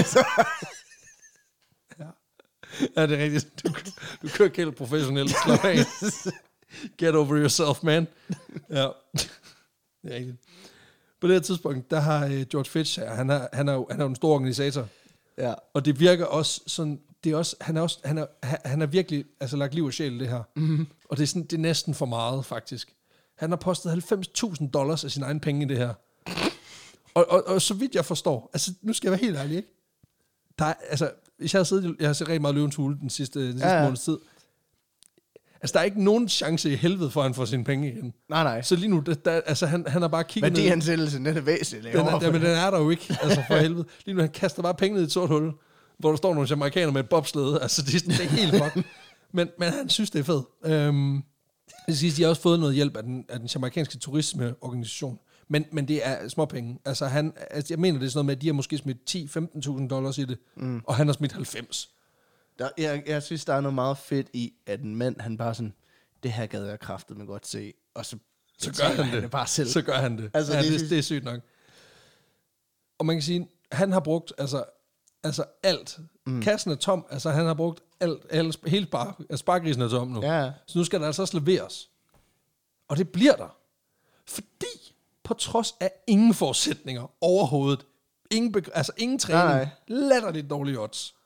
S2: Ja, det er rigtigt. Du kører kælk professionelt. Slap af. Get over yourself, man. Ja, det er rigtigt. På det her tidspunkt, der har George Fitch her, han er jo en stor organisator.
S1: Ja.
S2: Og det virker også sådan, det er også, han er virkelig altså lagt liv og sjæl i det her. Mm-hmm. Og det er, sådan, det er næsten for meget, faktisk. Han har postet $90,000 af sine egne penge i det her. Og så vidt jeg forstår, altså nu skal jeg være helt ærlig, ikke? Der er, altså, hvis jeg har set rigtig meget Løvens Hule den sidste måneds tid. Altså, der er ikke nogen chance i helvede for, at han får sine penge igen.
S1: Nej.
S2: Så lige nu, altså, han har bare kigget ned.
S1: Værdiansættelsen, den er væsentlig.
S2: Men den er der jo ikke, altså for helvede. Lige nu, han kaster bare penge ned i et sort hul, hvor der står nogle amerikanere med et bobslede. Altså, det er helt fuck. Men han synes, det er fedt. Det siger, de har også fået noget hjælp af den jamaikanske turismeorganisation. Men det er småpenge. Altså, jeg mener, det er sådan noget med, at de har måske smidt $10,000-15,000 i det, og han har smidt 90.
S1: Jeg synes, der er noget meget fedt i, at en mand, han bare sådan, det her gad jeg kraftedeme godt se, og så
S2: gør han det
S1: bare selv.
S2: Så gør han det.
S1: Altså,
S2: ja, det er sygt nok. Og man kan sige, han har brugt altså alt. Kassen er tom, altså han har brugt alt hele spargrisen er tom nu.
S1: Ja.
S2: Så nu skal der altså også leveres. Og det bliver der. Fordi på trods af ingen forudsætninger overhovedet, ingen træning, latterligt dårlige odds,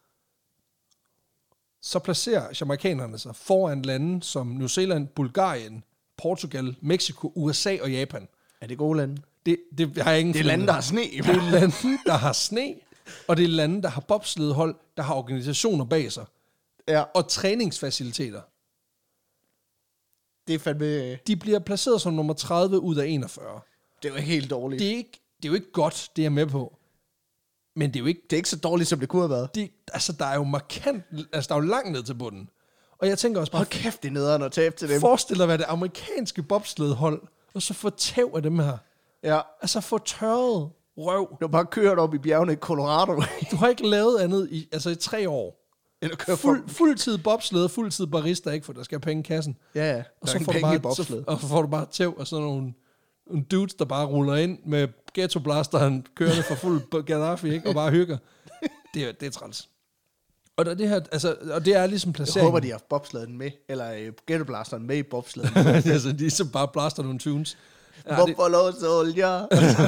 S2: så placerer jamaikanerne sig foran lande som New Zealand, Bulgarien, Portugal, Mexico, USA og Japan.
S1: Er det gode lande?
S2: Det har jeg ingen.
S1: Det er lande, der har sne.
S2: Det er lande, der har sne, og det er lande, der har bobsledhold, der har organisationer bag sig.
S1: Ja.
S2: Og træningsfaciliteter.
S1: Det er fandme...
S2: De bliver placeret som nummer 30 ud af 41.
S1: Det er jo ikke helt dårligt.
S2: Det er jo ikke godt, det er med på. Men det er jo ikke...
S1: Det er ikke så dårligt, som det kunne have været.
S2: Der er jo markant... Altså, der er jo langt ned til bunden. Og jeg tænker også bare...
S1: Hold kæft, det er nederen at tabe til dem.
S2: Forestil dig, hvad det amerikanske bobsledhold, og så få tæv af dem her.
S1: Ja.
S2: Altså, få tørret røv.
S1: Du har bare kørt op i bjergene i Colorado.
S2: Du har ikke lavet andet i 3 år. Fuldtid bobslede, fuldtid barista, ikke? For der skal have penge i kassen.
S1: Ja.
S2: Og så får du bare tæv af sådan nogle dudes, der bare ruller ind med ghetto-blasteren kørende for fuld Gaddafi, ikke? Og bare hygger. Det er træls. Og det her, altså, og det er ligesom placeringen.
S1: Jeg håber, de har haft bobslæden med, eller ghetto-blasteren med i bobslæden.
S2: Altså, de så bare blaster nogle tunes.
S1: Buffalo Soldier.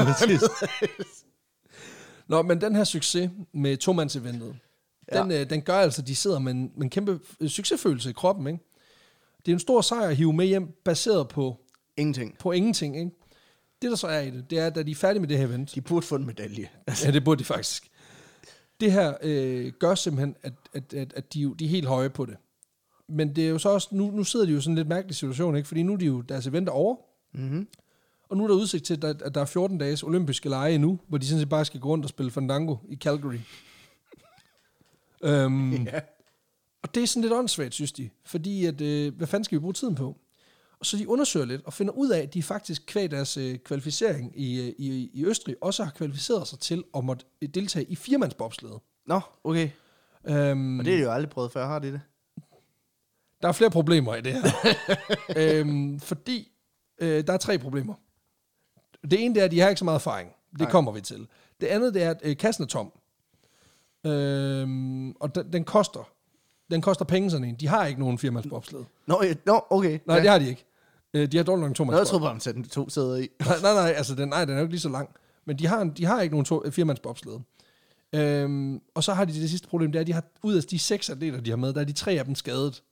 S2: Nå, men den her succes med tomandseventet, den gør altså, de sidder med en kæmpe succesfølelse i kroppen, ikke? Det er en stor sejr at hive med hjem, baseret på
S1: ingenting.
S2: På ingenting, ikke? Det, der så er i det er, at da de er færdige med det her event...
S1: De burde få en medalje.
S2: Ja, det burde de faktisk. Det her gør simpelthen, at de er helt høje på det. Men det er jo så også... Nu sidder de jo i sådan en lidt mærkelig situation, ikke? Fordi nu er de jo deres event er over. Mm-hmm. Og nu er der udsigt til, at der er 14 dages olympiske lege endnu, hvor de sådan set bare skal gå rundt og spille Fandango i Calgary. Og det er sådan lidt åndssvagt, synes de. Fordi, at, hvad fanden skal vi bruge tiden på? Og så de undersøger lidt og finder ud af, at de faktisk kvæg deres kvalificering i Østrig også har kvalificeret sig til at måtte deltage i 4-mandsbobslæde.
S1: Nå, okay. Og det er de jo aldrig prøvet før, har de det?
S2: Der er flere problemer i det her. Fordi der er 3 problemer. Det ene det er, at de har ikke så meget erfaring. Det kommer vi til. Det andet det er, at kassen er tom. Og den koster penge sådan en. De har ikke nogen 4-mandsbobslæde.
S1: Nå, okay.
S2: Nej, det har de ikke. De har dårligt nok 2-mandsbobslæde.
S1: Jeg troede bare, de satte 2 sæder i.
S2: Nej, altså den er jo ikke lige så lang. Men de har ikke nogen 4-mandsbobslæde. Og så har de det sidste problem, det er, at de har ud af de 6 atleter, de har med, der er de 3 af dem skadet.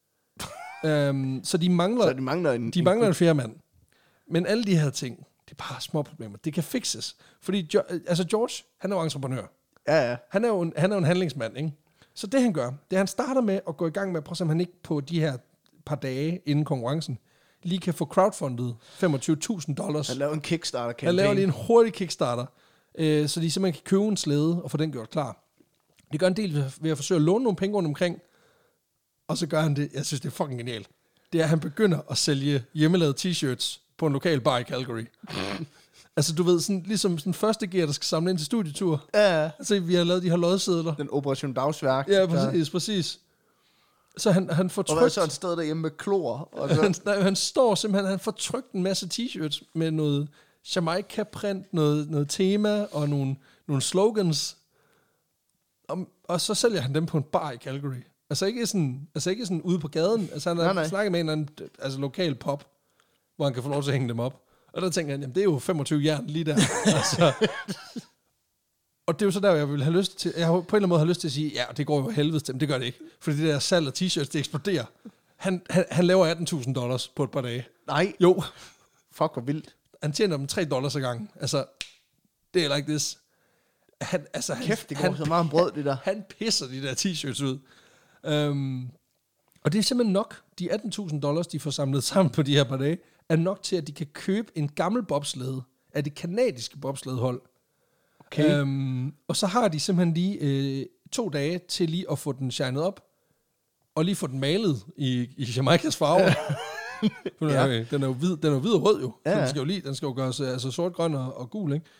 S2: Så de mangler en 4-mand. Men alle de her ting, det er bare små problemer. Det kan fixes. Fordi George, han er jo entreprenør.
S1: Ja.
S2: Han er jo en handlingsmand, ikke? Så det han gør, det er, han starter med at gå i gang med, prøv at se, om han ikke på de her par dage inden konkurrencen, lige kan få crowdfundet $25,000.
S1: Han laver en Kickstarter-kampagne.
S2: Han laver lige en hurtig Kickstarter, så de simpelthen kan købe en slæde og få den gjort klar. Det gør en del ved at forsøge at låne nogle penge rundt omkring, og så gør han det, jeg synes, det er fucking genialt. Det er, at han begynder at sælge hjemmelavede t-shirts på en lokal bar i Calgary. Altså, du ved, sådan, ligesom sådan første gear, der skal samle ind til studietur.
S1: Ja.
S2: Altså, vi har lavet de her lodsedler.
S1: Den Operation Dagsværk.
S2: Ja, præcis. Så han får trykt...
S1: Og så et sted derhjemme med klor. Og så...
S2: han står simpelthen, han får trykt en masse t-shirts med noget Jamaica-print, noget tema og nogle slogans. Og så sælger han dem på en bar i Calgary. Altså ikke sådan ude på gaden. Altså han har snakket med en eller anden lokal pop, hvor han kan få lov til at hænge dem op. Og der tænker han, jamen det er jo 25 jern lige der. Altså. Og det er jo så der, jeg vil have lyst til, jeg har på en eller anden måde har lyst til at sige, ja, det går jo helvede til, men det gør det ikke. Fordi det der salg af t-shirts, det eksploderer. Han laver $18,000 på et par dage.
S1: Nej.
S2: Jo.
S1: Fuck, hvor vildt.
S2: Han tjener dem $3 ad gangen. Altså, det er like this.
S1: Kæft, det går så meget om brød, det der.
S2: Han pisser de der t-shirts ud. Og det er simpelthen nok. De $18,000, de får samlet sammen på de her par dage, er nok til, at de kan købe en gammel bobslæde af det kanadiske bobslædehold.
S1: Okay.
S2: Og så har de simpelthen lige 2 dage til lige at få den shined op, og lige få den malet i Jamaicas farver. Ja. Den er jo hvid og rød jo. Ja. Den skal jo gøres altså sort, grøn og gul, ikke?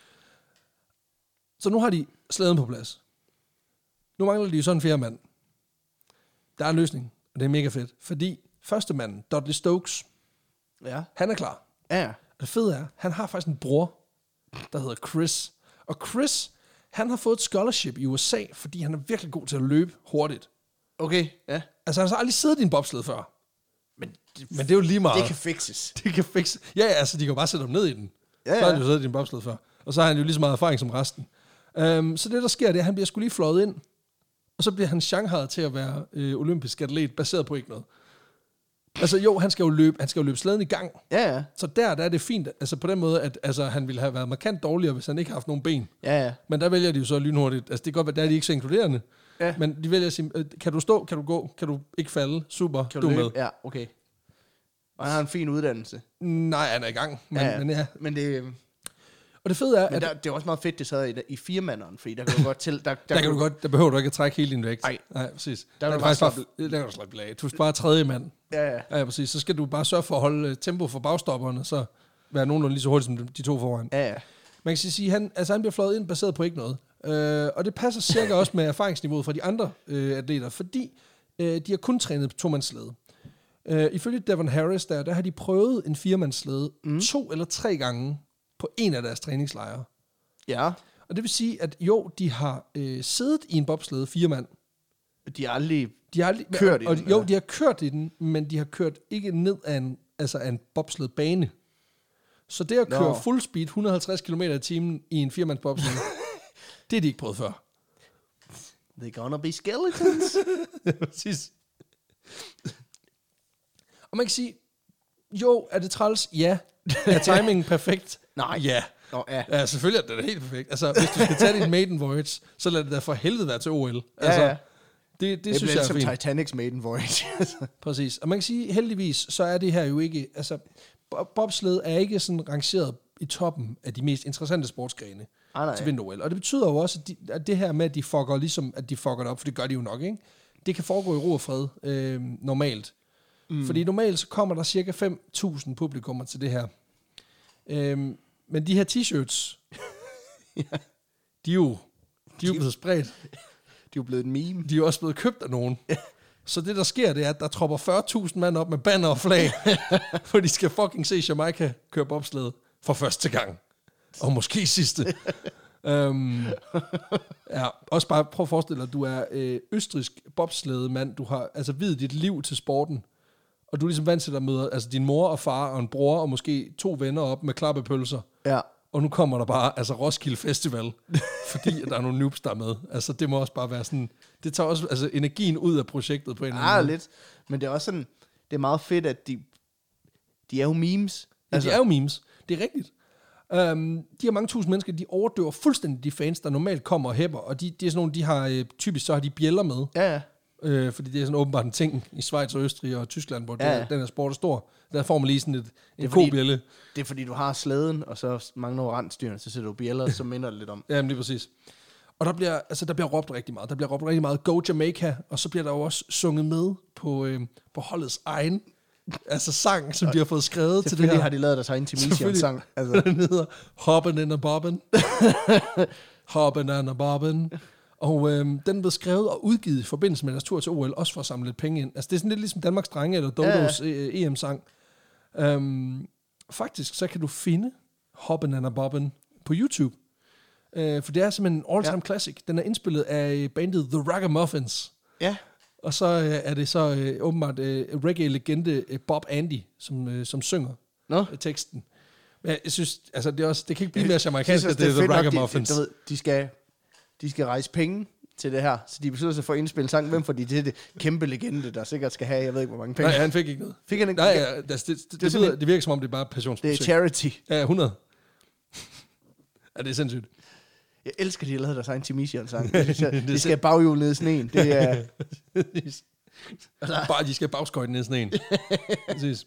S2: Så nu har de slæden på plads. Nu mangler de jo sådan en 4. mand. Der er en løsning, og det er mega fedt. Fordi første manden, Dudley Stokes, han er klar.
S1: Ja.
S2: Og det fede er, han har faktisk en bror, der hedder Chris. Og Chris, han har fået et scholarship i USA, fordi han er virkelig god til at løbe hurtigt.
S1: Okay, ja.
S2: Altså, han har aldrig siddet i en bobsled før. Men det er jo lige meget.
S1: Det kan fixes.
S2: Det kan fixes. Ja, altså, de kan jo bare sætte ham ned i den.
S1: Ja.
S2: Så har han jo siddet i en bobsled før. Og så har han jo lige så meget erfaring som resten. Så det, der sker, det er, at han bliver sgu lige fløjet ind. Og så bliver han shanghaiet til at være olympisk atlet, baseret på ikke noget. Altså jo, han skal jo løbe slæden i gang.
S1: Ja.
S2: Så der er det fint, altså på den måde, at altså, han ville have været markant dårligere, hvis han ikke havde haft nogen ben.
S1: Ja.
S2: Men der vælger de jo så lynhurtigt. Altså det kan godt være, der er de ikke så inkluderende. Ja. Men de vælger at sige, kan du stå, kan du gå, kan du ikke falde? Super,
S1: kan
S2: du er
S1: løbe?
S2: med.
S1: Ja, okay. Og han har en fin uddannelse.
S2: Nej, han er i gang.
S1: Men det...
S2: Og det fede er,
S1: at... det er også meget fedt, det sad i 4-manderen, fordi der kan du godt til...
S2: Der behøver du ikke at trække hele din vægt. Nej, præcis. Der kan du slappe af. Du skal bare 3. mand. Ja, præcis. Så skal du bare sørge for at holde tempo for bagstopperne, så være nogenlunde lige så hurtigt som de 2 foran.
S1: Ja.
S2: Man kan sige, han bliver fløjet ind baseret på ikke noget. Og det passer cirka også med erfaringsniveauet fra de andre atleter, fordi de har kun trænet på 2-mandslede. Ifølge Devon Harris, der har de prøvet en 4-mandslede 2 eller 3 gange på en af deres træningslejre.
S1: Ja.
S2: Og det vil sige, at jo, de har siddet i en bobslede 4 mand.
S1: De har aldrig kørt i den.
S2: Jo, de har kørt i den, men de har kørt ikke ned af en bobslede bane. Så det at køre full speed 150 km i timen i en 4-mands bobslede, det er de ikke prøvet før.
S1: They're gonna be skeletons.
S2: Præcis. Og man kan sige, jo, er det træls? Ja. Er timingen perfekt?
S1: Nej.
S2: Ja. Ja, selvfølgelig er det helt perfekt. Altså, hvis du skal tage din maiden voyage, så lad det da for helvede være til OL. Altså,
S1: ja.
S2: Det synes jeg er fint.
S1: Som Titanic's maiden voyage.
S2: Præcis. Og man kan sige, heldigvis, så er det her jo ikke... Altså, bobsled er ikke sådan rangeret i toppen af de mest interessante sportsgrene til vinter-OL. Og det betyder jo også, at det her med, at de fucker det op, for det gør de jo nok, ikke? Det kan foregå i ro og fred normalt. Fordi normalt så kommer der cirka 5.000 publikummer til det her. Men de her t-shirts, de er jo blevet spredt.
S1: De er jo blevet en meme.
S2: De er jo også blevet købt af nogen. Så det, der sker, det er, at der tropper 40.000 mand op med banner og flag, for de skal fucking se Jamaica køre bobsled for første gang. Og måske sidste. Ja, også bare prøv at forestille dig, at du er østrigsk bobsledemand. Du har altså videt dit liv til sporten. Og du er ligesom vant til at møde altså din mor og far og en bror og måske 2 venner op med klappepølser. Ja. Og nu kommer der bare altså Roskilde Festival, fordi der er nogle noobs, der er med. Altså det må også bare være sådan, det tager også altså energien ud af projektet på en eller anden måde.
S1: Lidt. Men det er også sådan, det er meget fedt, at de er jo memes.
S2: Altså. Ja, de er jo memes. Det er rigtigt. De her mange tusind mennesker, de overdøver fuldstændig de fans, der normalt kommer og hæpper. Og de er sådan nogle, de har typisk så har de bjælder med.
S1: Ja.
S2: Fordi det er sådan åbenbart en ting i Schweiz og Østrig og Tyskland, hvor den her sport er stor. Der får man lige sådan en kobjælle.
S1: Det er fordi, du har slæden, og så mangler du randstyrene, så sætter du bjæller, så minder det lidt om.
S2: Ja, lige præcis. Og der bliver råbt rigtig meget. Der bliver råbt rigtig meget Go Jamaica, og så bliver der jo også sunget med på holdets egen altså sang, som de har fået skrevet til det
S1: Selvfølgelig
S2: her.
S1: har de lavet deres egen Intermission-sang. Altså.
S2: Den hedder Hoppin' and a Bobbin. Hoppin' and a Bobbin. Og den blev skrevet og udgivet i forbindelse med deres tur til OL, også for at samle lidt penge ind. Altså det er sådan lidt ligesom Danmarks Drenge eller Dodos EM-sang. Faktisk så kan du finde Hoppin' and a Bobbin på YouTube. For det er simpelthen en all-time classic. Den er indspillet af bandet The Ragamuffins.
S1: Ja.
S2: Og så er det så åbenbart reggae-legende Bob Andy, som synger teksten. Men jeg synes, altså det kan ikke blive mere amerikansk, at det er The Ragamuffins.
S1: De skal rejse penge til det her, så de beslutter sig for at indspille sang. Hvem får de til det kæmpe legende, der sikkert skal have, jeg ved ikke, hvor mange penge.
S2: Nej, han fik ikke noget.
S1: Fik han ikke?
S2: Nej, det virker som om, det er bare passionsprojekt.
S1: Det er charity.
S2: Ja, 100. Ja, det er sindssygt.
S1: Jeg elsker, de har lavet deres egen Intermission-sang. De skal baghjul ned i sneen. Det er...
S2: Bare, de skal bagskøjte ned i sneen. Præcis.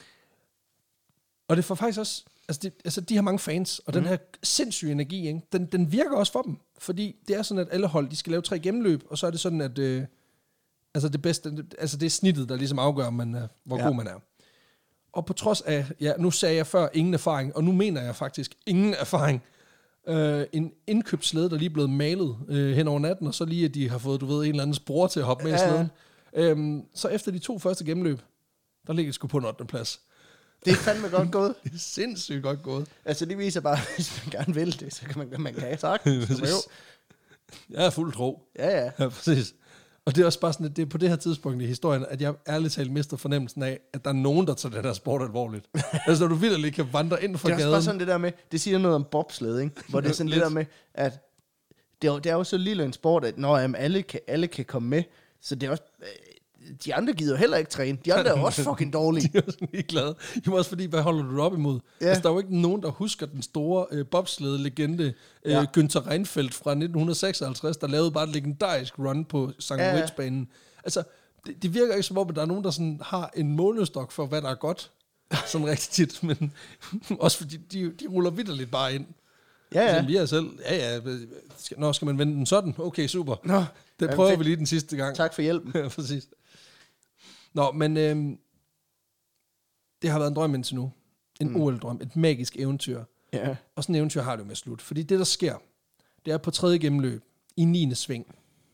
S2: Og det får faktisk også... Altså, de har mange fans, og den her sindssyge energi, ikke? Den virker også for dem. Fordi det er sådan, at alle hold, de skal lave 3 gennemløb, og så er det sådan, at altså det bedste, altså det er snittet, der ligesom afgør, hvor god man er. Og på trods af, nu sagde jeg før ingen erfaring, og nu mener jeg faktisk ingen erfaring. En indkøbsslede, der lige er blevet malet hen over natten, og så lige, at de har fået, en eller anden bror til at hoppe med i slæden. Så efter de 2 første gennemløb, der ligger det sgu på en 8. plads.
S1: Det er fandme godt gået.
S2: Det er sindssygt godt gået.
S1: Altså, det viser bare, hvis man gerne vil det, så kan man kan sagtens.
S2: Jeg er fuldt tro.
S1: Ja.
S2: Ja, præcis. Og det er også bare sådan, at det er på det her tidspunkt i historien, at jeg ærligt talt mister fornemmelsen af, at der er nogen, der tager den der sport alvorligt. Altså, når du virkelig kan vandre ind fra gaden.
S1: Det er også bare sådan det der med, det siger noget om bobsled, ikke? Hvor det er sådan det der med, at det er jo så lille en sport, at alle kan komme med, så det er også... De andre gider jo heller ikke træne. De andre er også fucking dårlige.
S2: De er sådan lige glade. Det er også fordi, hvad holder du op imod? Ja. Altså, der er jo ikke nogen, der husker den store bobsled-legende Günther Reinfeldt fra 1956, der lavede bare et legendarisk run på St. Moritz-banen. Altså, det virker ikke som om, at der er nogen, der sådan har en målestok for, hvad der er godt. Sådan rigtig tit. Men også fordi, de ruller vitterligt bare ind.
S1: Ja.
S2: Altså, vi er selv, skal man vende den sådan? Okay, super. Det prøver vi lige den sidste gang.
S1: Tak for hjælpen.
S2: Ja, præcis. Nå, men det har været en drøm indtil nu. En OL-drøm. Et magisk eventyr.
S1: Ja.
S2: Og sådan en eventyr har det jo med slut. Fordi det, der sker, det er på 3. gennemløb, i 9. sving,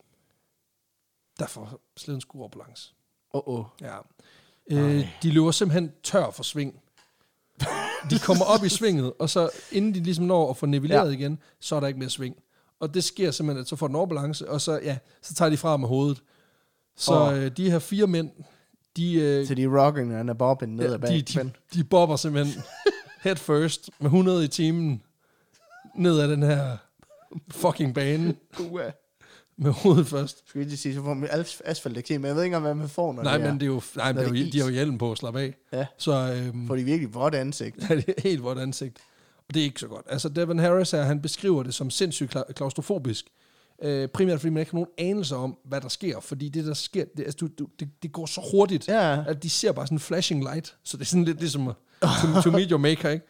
S2: der får slæden sgu over balance. Ja. De løber simpelthen tør for sving. De kommer op i svinget, og så inden de ligesom når at få nivelleret igen, så er der ikke mere sving. Og det sker simpelthen, at så får den overbalance, og så tager de fra med hovedet. Så de her 4 mænd,
S1: så de rocking and a bobbing ned ad bagen.
S2: De bobber simpelthen head first med 100 i timen ned ad den her fucking bane. Med hovedet først.
S1: Skal vi ikke sige, så får man asfaltektim, men jeg ved ikke hvad man får, når
S2: men det er jo, de har jo hjelm på at slappe af.
S1: Ja.
S2: Så,
S1: får de virkelig vådt ansigt.
S2: Ja, det er helt vådt ansigt. Og det er ikke så godt. Altså, Devin Harris her, han beskriver det som sindssygt klaustrofobisk. Primært fordi man ikke har nogen anelse om, hvad der sker. Fordi det, der sker, det går så hurtigt, at de ser bare sådan en flashing light. Så det er sådan lidt ligesom to meet your maker, ikke?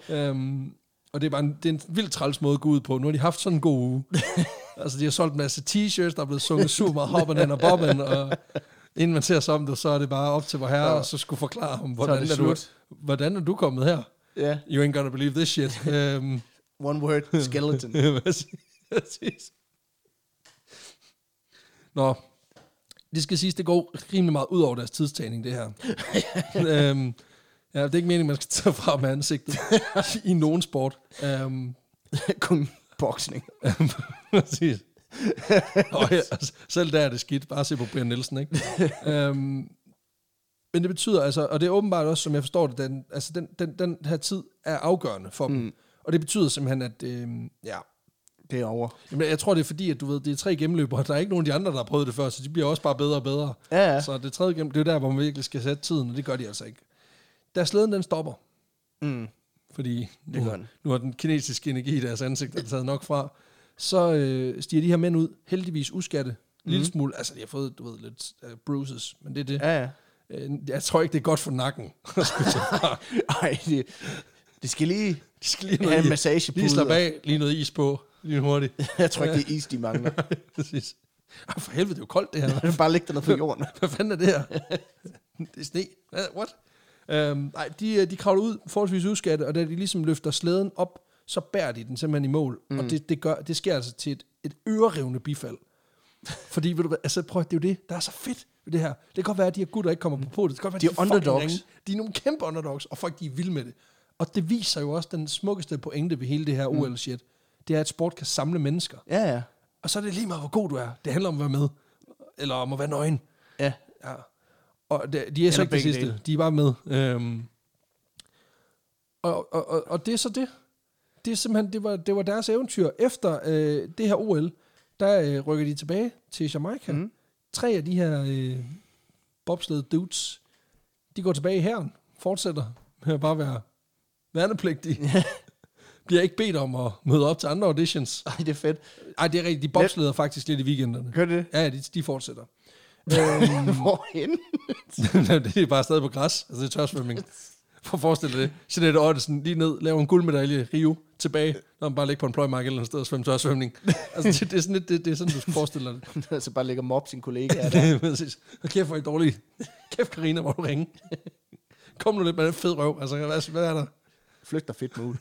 S2: Og det er bare det er en vildt træls måde at gå ud på. Nu har de haft sådan en god uge. Altså, de har solgt en masse t-shirts, der er blevet sunget super meget hoppen and bobbin, og inden man ser sig om det, så er det bare op til vor herre, og så skulle forklare ham, hvordan er du kommet her?
S1: Yeah.
S2: You ain't gonna believe this shit.
S1: One word, skeleton.
S2: Præcis. Nå, det skal siges, det går rimelig meget ud over deres tidstagning, det her. Det er ikke meningen, man skal tage fra med ansigtet i nogen sport.
S1: Kun boksning.
S2: Præcis. Altså, selv der er det skidt. Bare se på Brian Nielsen, ikke? Men det betyder altså, og det er åbenbart også, som jeg forstår det, den her tid er afgørende for dem. Og det betyder simpelthen, at
S1: det er over.
S2: Jamen, jeg tror, det er fordi, at du ved, det er 3 gennemløbere, der er ikke nogen af de andre, der har prøvet det før, så de bliver også bare bedre og bedre.
S1: Ja.
S2: Så det 3. gennemløb, det er der, hvor man virkelig skal sætte tiden, og det gør de altså ikke. Da slæden den stopper, fordi nu har den kinesiske energi i deres ansigt taget nok fra, så stiger de her mænd ud, heldigvis uskatte, lille smule, altså de har fået, du ved, lidt bruises, men det er det.
S1: Ja.
S2: Jeg tror ikke, det er godt for nakken.
S1: Ej, de skal lige have en massagepude.
S2: Lige slappe af, lige noget is på, lige hurtigt.
S1: Jeg tror ikke, det er is, de mangler.
S2: Præcis. For helvede, det er jo koldt det her.
S1: Bare læg dig ned på jorden.
S2: Hvad fanden er det her? Det er sne. What? Nej, de kravler ud forholdsvis udskatte, og da de ligesom løfter slæden op, så bærer de den simpelthen i mål. Og det sker altså til et ørerivende bifald. Fordi, ved du hvad, altså prøv, det er jo det, der er så fedt ved det her. Det kan godt være, at de her gutter ikke kommer på det. Det kan godt være,
S1: de er underdogs.
S2: Ringe. De er nogle kæmpe underdogs, og folk de er vilde med det. Og det viser jo også den smukkeste pointe ved hele det her OL-shit. Det er, at sport kan samle mennesker.
S1: Ja.
S2: Og så er det lige meget, hvor god du er. Det handler om at være med. Eller om at være nøgen.
S1: Ja.
S2: Og de er så ikke det sidste. Dele. De er bare med. Og det er så det. Det er simpelthen, det var deres eventyr. Efter det her OL, der rykker de tilbage til Jamaica. 3 af de her bobsled dudes, de går tilbage i hæren, fortsætter med at bare være værnepligtige. Bliver ikke bedt om at møde op til andre auditions.
S1: Ej, det er fedt.
S2: Ej, det er rigtigt. De bobsleder faktisk lidt i weekenderne.
S1: Gør det?
S2: Ja, de fortsætter.
S1: Hvorhen?
S2: Det er bare stadig på græs. Altså, det er tørsvømning. For at forestille dig det. Jeanette Ottesen lige ned, laver en guldmedalje, Rio, tilbage, når man bare ligger på en pløjmark eller et sted og svømmer tørsvømning. Altså, det er sådan lidt, det er sådan, du skal forestille dig det.
S1: Altså bare ligger mob sin kollega der.
S2: Præcis. Og kæft, hvor er I dårlige. Kæft, Carina, hvor du ringe. Kom nu lidt med den fed røv. Altså, hvad er der?
S1: Flygter fedt med ud.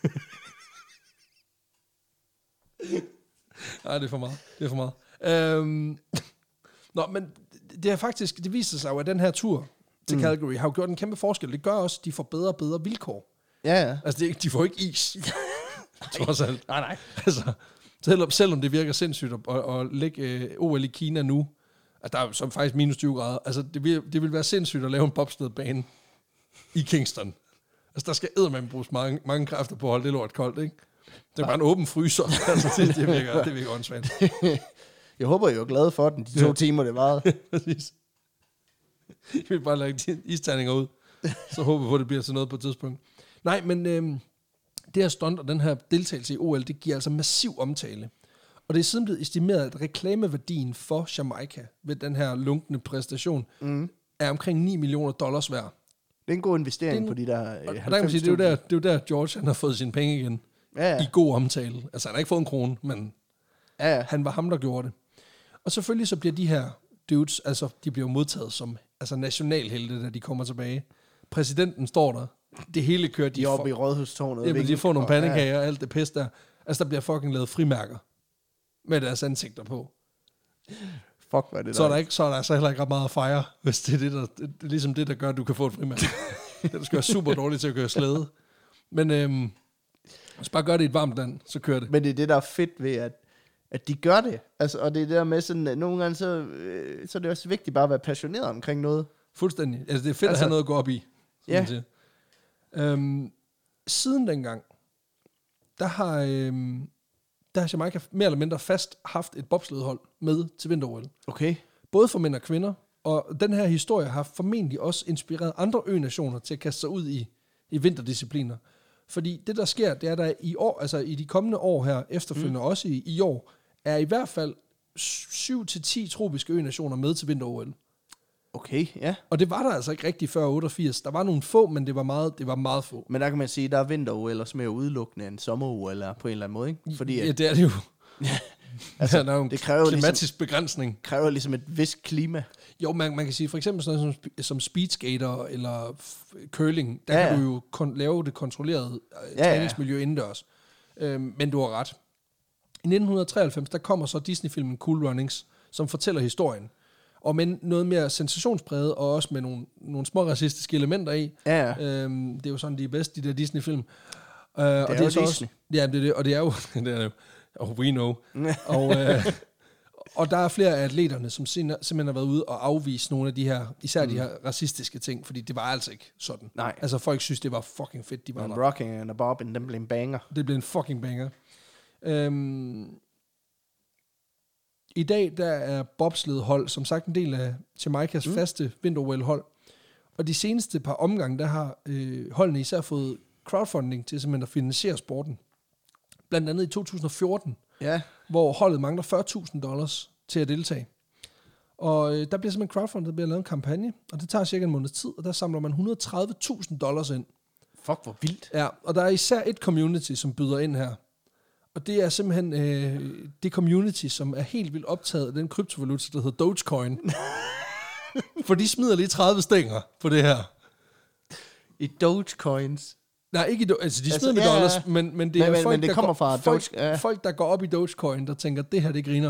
S2: Nej, det er for meget. Nå, men det er faktisk, det viser sig jo, at den her tur til Calgary har jo gjort en kæmpe forskel. Det gør også, at de får bedre og bedre vilkår.
S1: Ja.
S2: Altså, de får ikke is. Trods alt.
S1: Nej.
S2: Altså, selvom det virker sindssygt at lægge OL i Kina nu, at der er så faktisk minus 20 grader. Altså, det vil være sindssygt at lave en bobsledbane i Kingston. Altså, der skal eddermame bruges mange kræfter på at holde det lort koldt, ikke? Det er bare en åben fryser. Altså, det virker åndssvagt.
S1: Jeg håber, I er glade for den, de 2 timer, det varede.
S2: Præcis. Jeg vil bare lægge isterninger ud. Så håber på, at det bliver til noget på et tidspunkt. Nej, men det her stunt og den her deltagelse i OL, det giver altså massiv omtale. Og det er siden blevet estimeret, at reklameværdien for Jamaica ved den her lunkende præstation er omkring $9 million værd.
S1: Det er en god investering på de der
S2: 90. Og der kan man sige, det er jo der George han har fået sine penge igen. Ja. I god omtale. Altså han har ikke fået en krone, men han var ham, der gjorde det. Og selvfølgelig så bliver de her dudes, altså de bliver modtaget som nationalhelte, da de kommer tilbage. Præsidenten står der. Det hele kører
S1: de oppe i Rådhustårnet.
S2: Jamen, de får nogle pandekager og alt det pis der. Altså der bliver fucking lavet frimærker med deres ansigter på.
S1: Fuck, hvad er det
S2: så er der altså heller ikke ret meget at fejre, hvis det er det er ligesom det, der gør, at du kan få et frimærke. Du skal være super dårlig til at køre slæde. Men hvis bare gør det i et varmt land, så kører det.
S1: Men det er det, der er fedt ved, at de gør det. Altså, og det er det der med sådan, nogle gange, så er det også vigtigt bare at være passioneret omkring noget.
S2: Fuldstændig. Altså, det er fedt at have noget at gå op i.
S1: Ja.
S2: Siden dengang, der har Jamaica mere eller mindre fast haft et bobsledhold med til vinter-OL.
S1: Okay.
S2: Både for mænd og kvinder. Og den her historie har formentlig også inspireret andre ø-nationer til at kaste sig ud i vinterdiscipliner. Fordi det, der sker, det er, der i år, altså i de kommende år her, efterfølgende også i år, er i hvert fald 7-10 tropiske ø-nationer med til vinter-OL.
S1: Okay, ja.
S2: Og det var der altså ikke rigtig før 88. Der var nogle få, men det var meget få.
S1: Men der kan man sige, der er vinter-OL også mere udelukkende end sommer-OL på en eller anden måde, ikke? Fordi,
S2: ja, det er det jo.
S1: Altså,
S2: der er jo
S1: det kræver
S2: klimatisk begrænsning.
S1: Kræver ligesom et vist klima.
S2: Jo, man kan sige for eksempel sådan noget som speedskater eller curling, der kan du jo lave det kontrollerede træningsmiljø indendørs. Men du har ret. I 1993, der kommer så Disney-filmen Cool Runnings, som fortæller historien. Og med noget mere sensationspræget, og også med nogle små racistiske elementer i. Ja. Det er jo sådan, de er bedst, de der Disney-film.
S1: Det er jo Disney. Også,
S2: ja, det er det, og det er jo... det er det jo. Oh, we know. Og der er flere af atleterne, som simpelthen har været ude og afvise nogle af de her, især de her racistiske ting, fordi det var altså ikke sådan.
S1: Nej.
S2: Altså folk synes, det var fucking fedt, de var der.
S1: Rocking and a bobbing, den blev en banger.
S2: Det blev en fucking banger. I dag, der er bobsledhold, som sagt, en del af Jamaicas faste vinter-OL-hold. Og de seneste par omgange, der har holdene især fået crowdfunding til simpelthen at finansiere sporten. Blandt andet i 2014, hvor holdet mangler $40,000 til at deltage. Og der bliver simpelthen crowdfunding, der bliver lavet en kampagne, og det tager cirka en måneds tid, og der samler man $130,000 ind.
S1: Fuck, hvor vildt.
S2: Ja, og der er især et community, som byder ind her. Og det er simpelthen det community, som er helt vildt optaget af den kryptovaluta, der hedder Dogecoin. For de smider lige 30 stænger på det her.
S1: I Dogecoins.
S2: Nej, ikke altså de smider med dollars, men det er folk,
S1: det kommer fra
S2: folk, der går op i Dogecoin, der tænker, det her, det griner.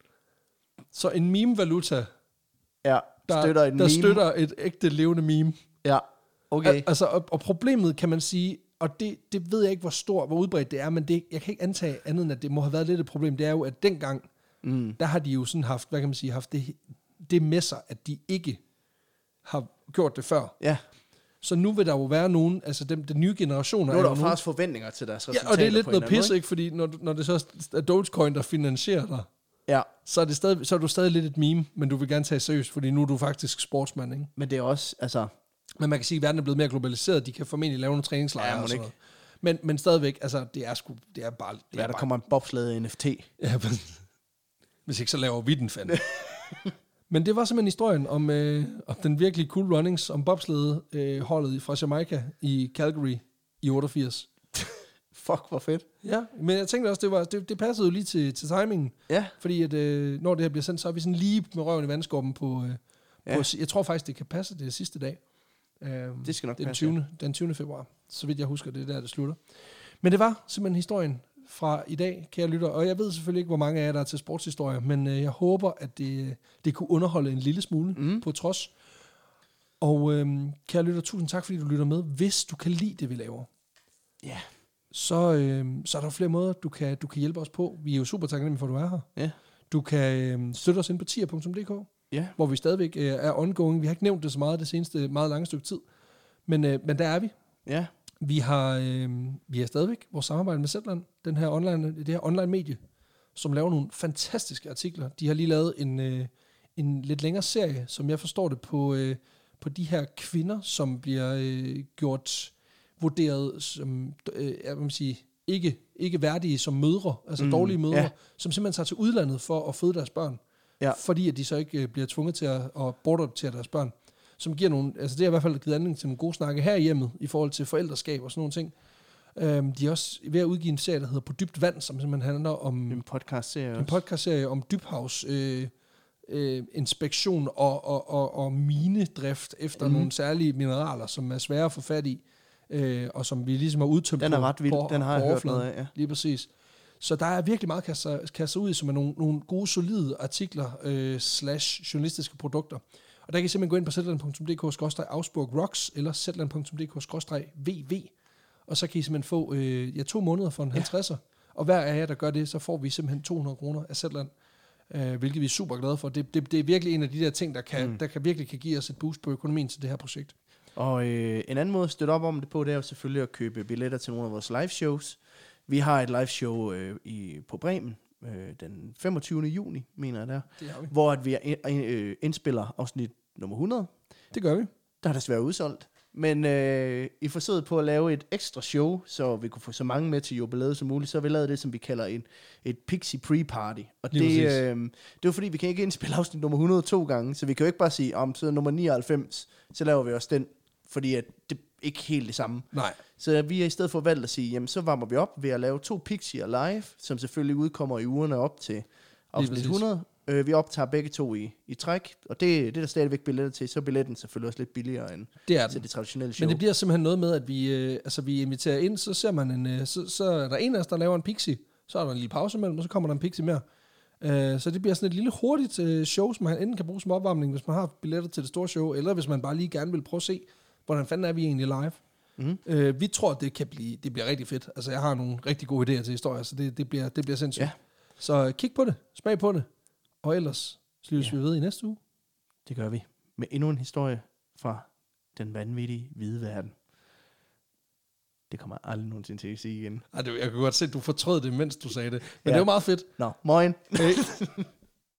S2: Så en meme-valuta,
S1: Ja,
S2: der støtter et ægte levende meme.
S1: Ja, okay.
S2: Altså, og problemet, kan man sige, og det ved jeg ikke, hvor udbredt det er, men jeg kan ikke antage andet, end at det må have været lidt et problem. Det er jo, at dengang, der har de jo sådan haft, hvad kan man sige, haft det med sig, at de ikke har gjort det før.
S1: Ja.
S2: Så nu vil der jo være nogen, altså den nye generation...
S1: Nu er der jo faktisk forventninger til deres resultater.
S2: Ja, og det er lidt noget pisse, ikke? Fordi når det så er Dogecoin, der finansierer dig,
S1: ja.
S2: så er du stadig lidt et meme, men du vil gerne tage seriøst, fordi nu er du faktisk sportsmand, ikke?
S1: Men det er også, altså...
S2: Men man kan sige, at verden er blevet mere globaliseret. De kan formentlig lave nogle træningslejre og sådan noget. Men stadigvæk, altså, det er bare...
S1: Der kommer en bobslede NFT.
S2: Ja, hvis ikke, så laver vi den fandme. Men det var simpelthen historien om den virkelig cool runnings, om bobslede holdet fra Jamaica i Calgary i 88.
S1: Fuck, hvor fedt.
S2: Ja, men jeg tænkte også, det passede jo lige til timingen.
S1: Ja.
S2: Fordi at, når det her bliver sendt, så er vi sådan lige med røven i vandskorben på jeg tror faktisk, det kan passe, det er sidste dag.
S1: Det skal nok
S2: passe. Den 20. februar, så vidt jeg husker, det er der, det slutter. Men det var simpelthen historien fra i dag, kære lytter. Og jeg ved selvfølgelig ikke, hvor mange af jer, der er til sportshistorier, men jeg håber, at det kunne underholde en lille smule på trods. Og kære lytter, tusind tak, fordi du lytter med. Hvis du kan lide det, vi laver, så er der flere måder, du kan hjælpe os på. Vi er jo super taknemmelige for, at du er her.
S1: Ja.
S2: Du kan støtte os ind på tier.dk, hvor vi stadigvæk er ongoing. Vi har ikke nævnt det så meget det seneste meget lange stykke tid, men der er vi.
S1: Ja.
S2: Vi har stadigvæk vores samarbejde med Zetland, det her online medie, som laver nogle fantastiske artikler. De har lige lavet en lidt længere serie, som jeg forstår det, på de her kvinder, som bliver gjort vurderet som jeg vil sige, ikke værdige som mødre, altså dårlige mødre, som simpelthen tager til udlandet for at føde deres børn, fordi at de så ikke bliver tvunget til at bortadoptere deres børn. Som giver nogle, altså det har i hvert fald givet anledning til nogle gode snakke her i hjemmet, i forhold til forældreskab og sådan nogle ting. De er også ved at udgive en serie, der hedder På dybt vand, som simpelthen handler om...
S1: En podcastserie
S2: om dybhavs inspektion og minedrift efter nogle særlige mineraler, som er svære at få fat i, og som vi ligesom har udtømt.
S1: Den er ret vild, den har jeg hørt noget af, ja.
S2: Lige præcis. Så der er virkelig meget kastet ud i, som er nogle gode, solide artikler / journalistiske produkter. Og der kan I simpelthen gå ind på zetland.dk/Augsburg eller zetland.dk/VV, og så kan I simpelthen få 2 måneder for en 50'er. Og hver af jer, der gør det, så får vi simpelthen 200 kroner af Zetland, hvilket vi er super glade for. Det er virkelig en af de der ting, der virkelig kan give os et boost på økonomien til det her projekt.
S1: Og en anden måde at støtte op om det på, det er jo selvfølgelig at købe billetter til nogle af vores live shows. Vi har et live show på Bremen den 25. juni, mener jeg der, hvor at vi indspiller afsnit nummer 100.
S2: Det gør vi.
S1: Der er desværre udsolgt. Men i forsøget på at lave et ekstra show, så vi kunne få så mange med til jubilæet som muligt, så har vi lavet det, som vi kalder et Pixie Pre-Party. Og det er jo fordi, vi kan ikke indspille afsnit nummer 100 2 gange, så vi kan jo ikke bare sige, om så nummer 99, så laver vi også den, fordi at det ikke helt det samme.
S2: Nej.
S1: Så vi har i stedet for valgt at sige, jamen så varmer vi op ved at lave 2 Pixier live, som selvfølgelig udkommer i ugerne op til afsnit 100. Vi optager begge 2 i træk, og det er der stadigvæk billetter til, så er billetten selvfølgelig også lidt billigere end til det traditionelle show.
S2: Men det bliver simpelthen noget med, at vi inviterer ind, så ser man så er der en af os, der laver en Pixie, så er der en lille pause imellem, og så kommer der en Pixie mere. Så det bliver sådan et lille hurtigt show, som man enten kan bruge som opvarmning, hvis man har billetter til det store show, eller hvis man bare lige gerne vil prøve at se, hvordan fanden er vi egentlig live. Vi tror, at det bliver rigtig fedt. Altså, jeg har nogle rigtig gode idéer til historier, så det bliver sindssygt. Ja. Så kig på det, smag på det, og ellers sluttes vi ved i næste uge.
S1: Det gør vi. Med endnu en historie fra den vanvittige hvide verden. Det kommer jeg aldrig nogensinde til at sige igen.
S2: Jeg kan godt se, at du fortrød det, mens du sagde det. Men det var meget fedt.
S1: Moin.
S2: Hey.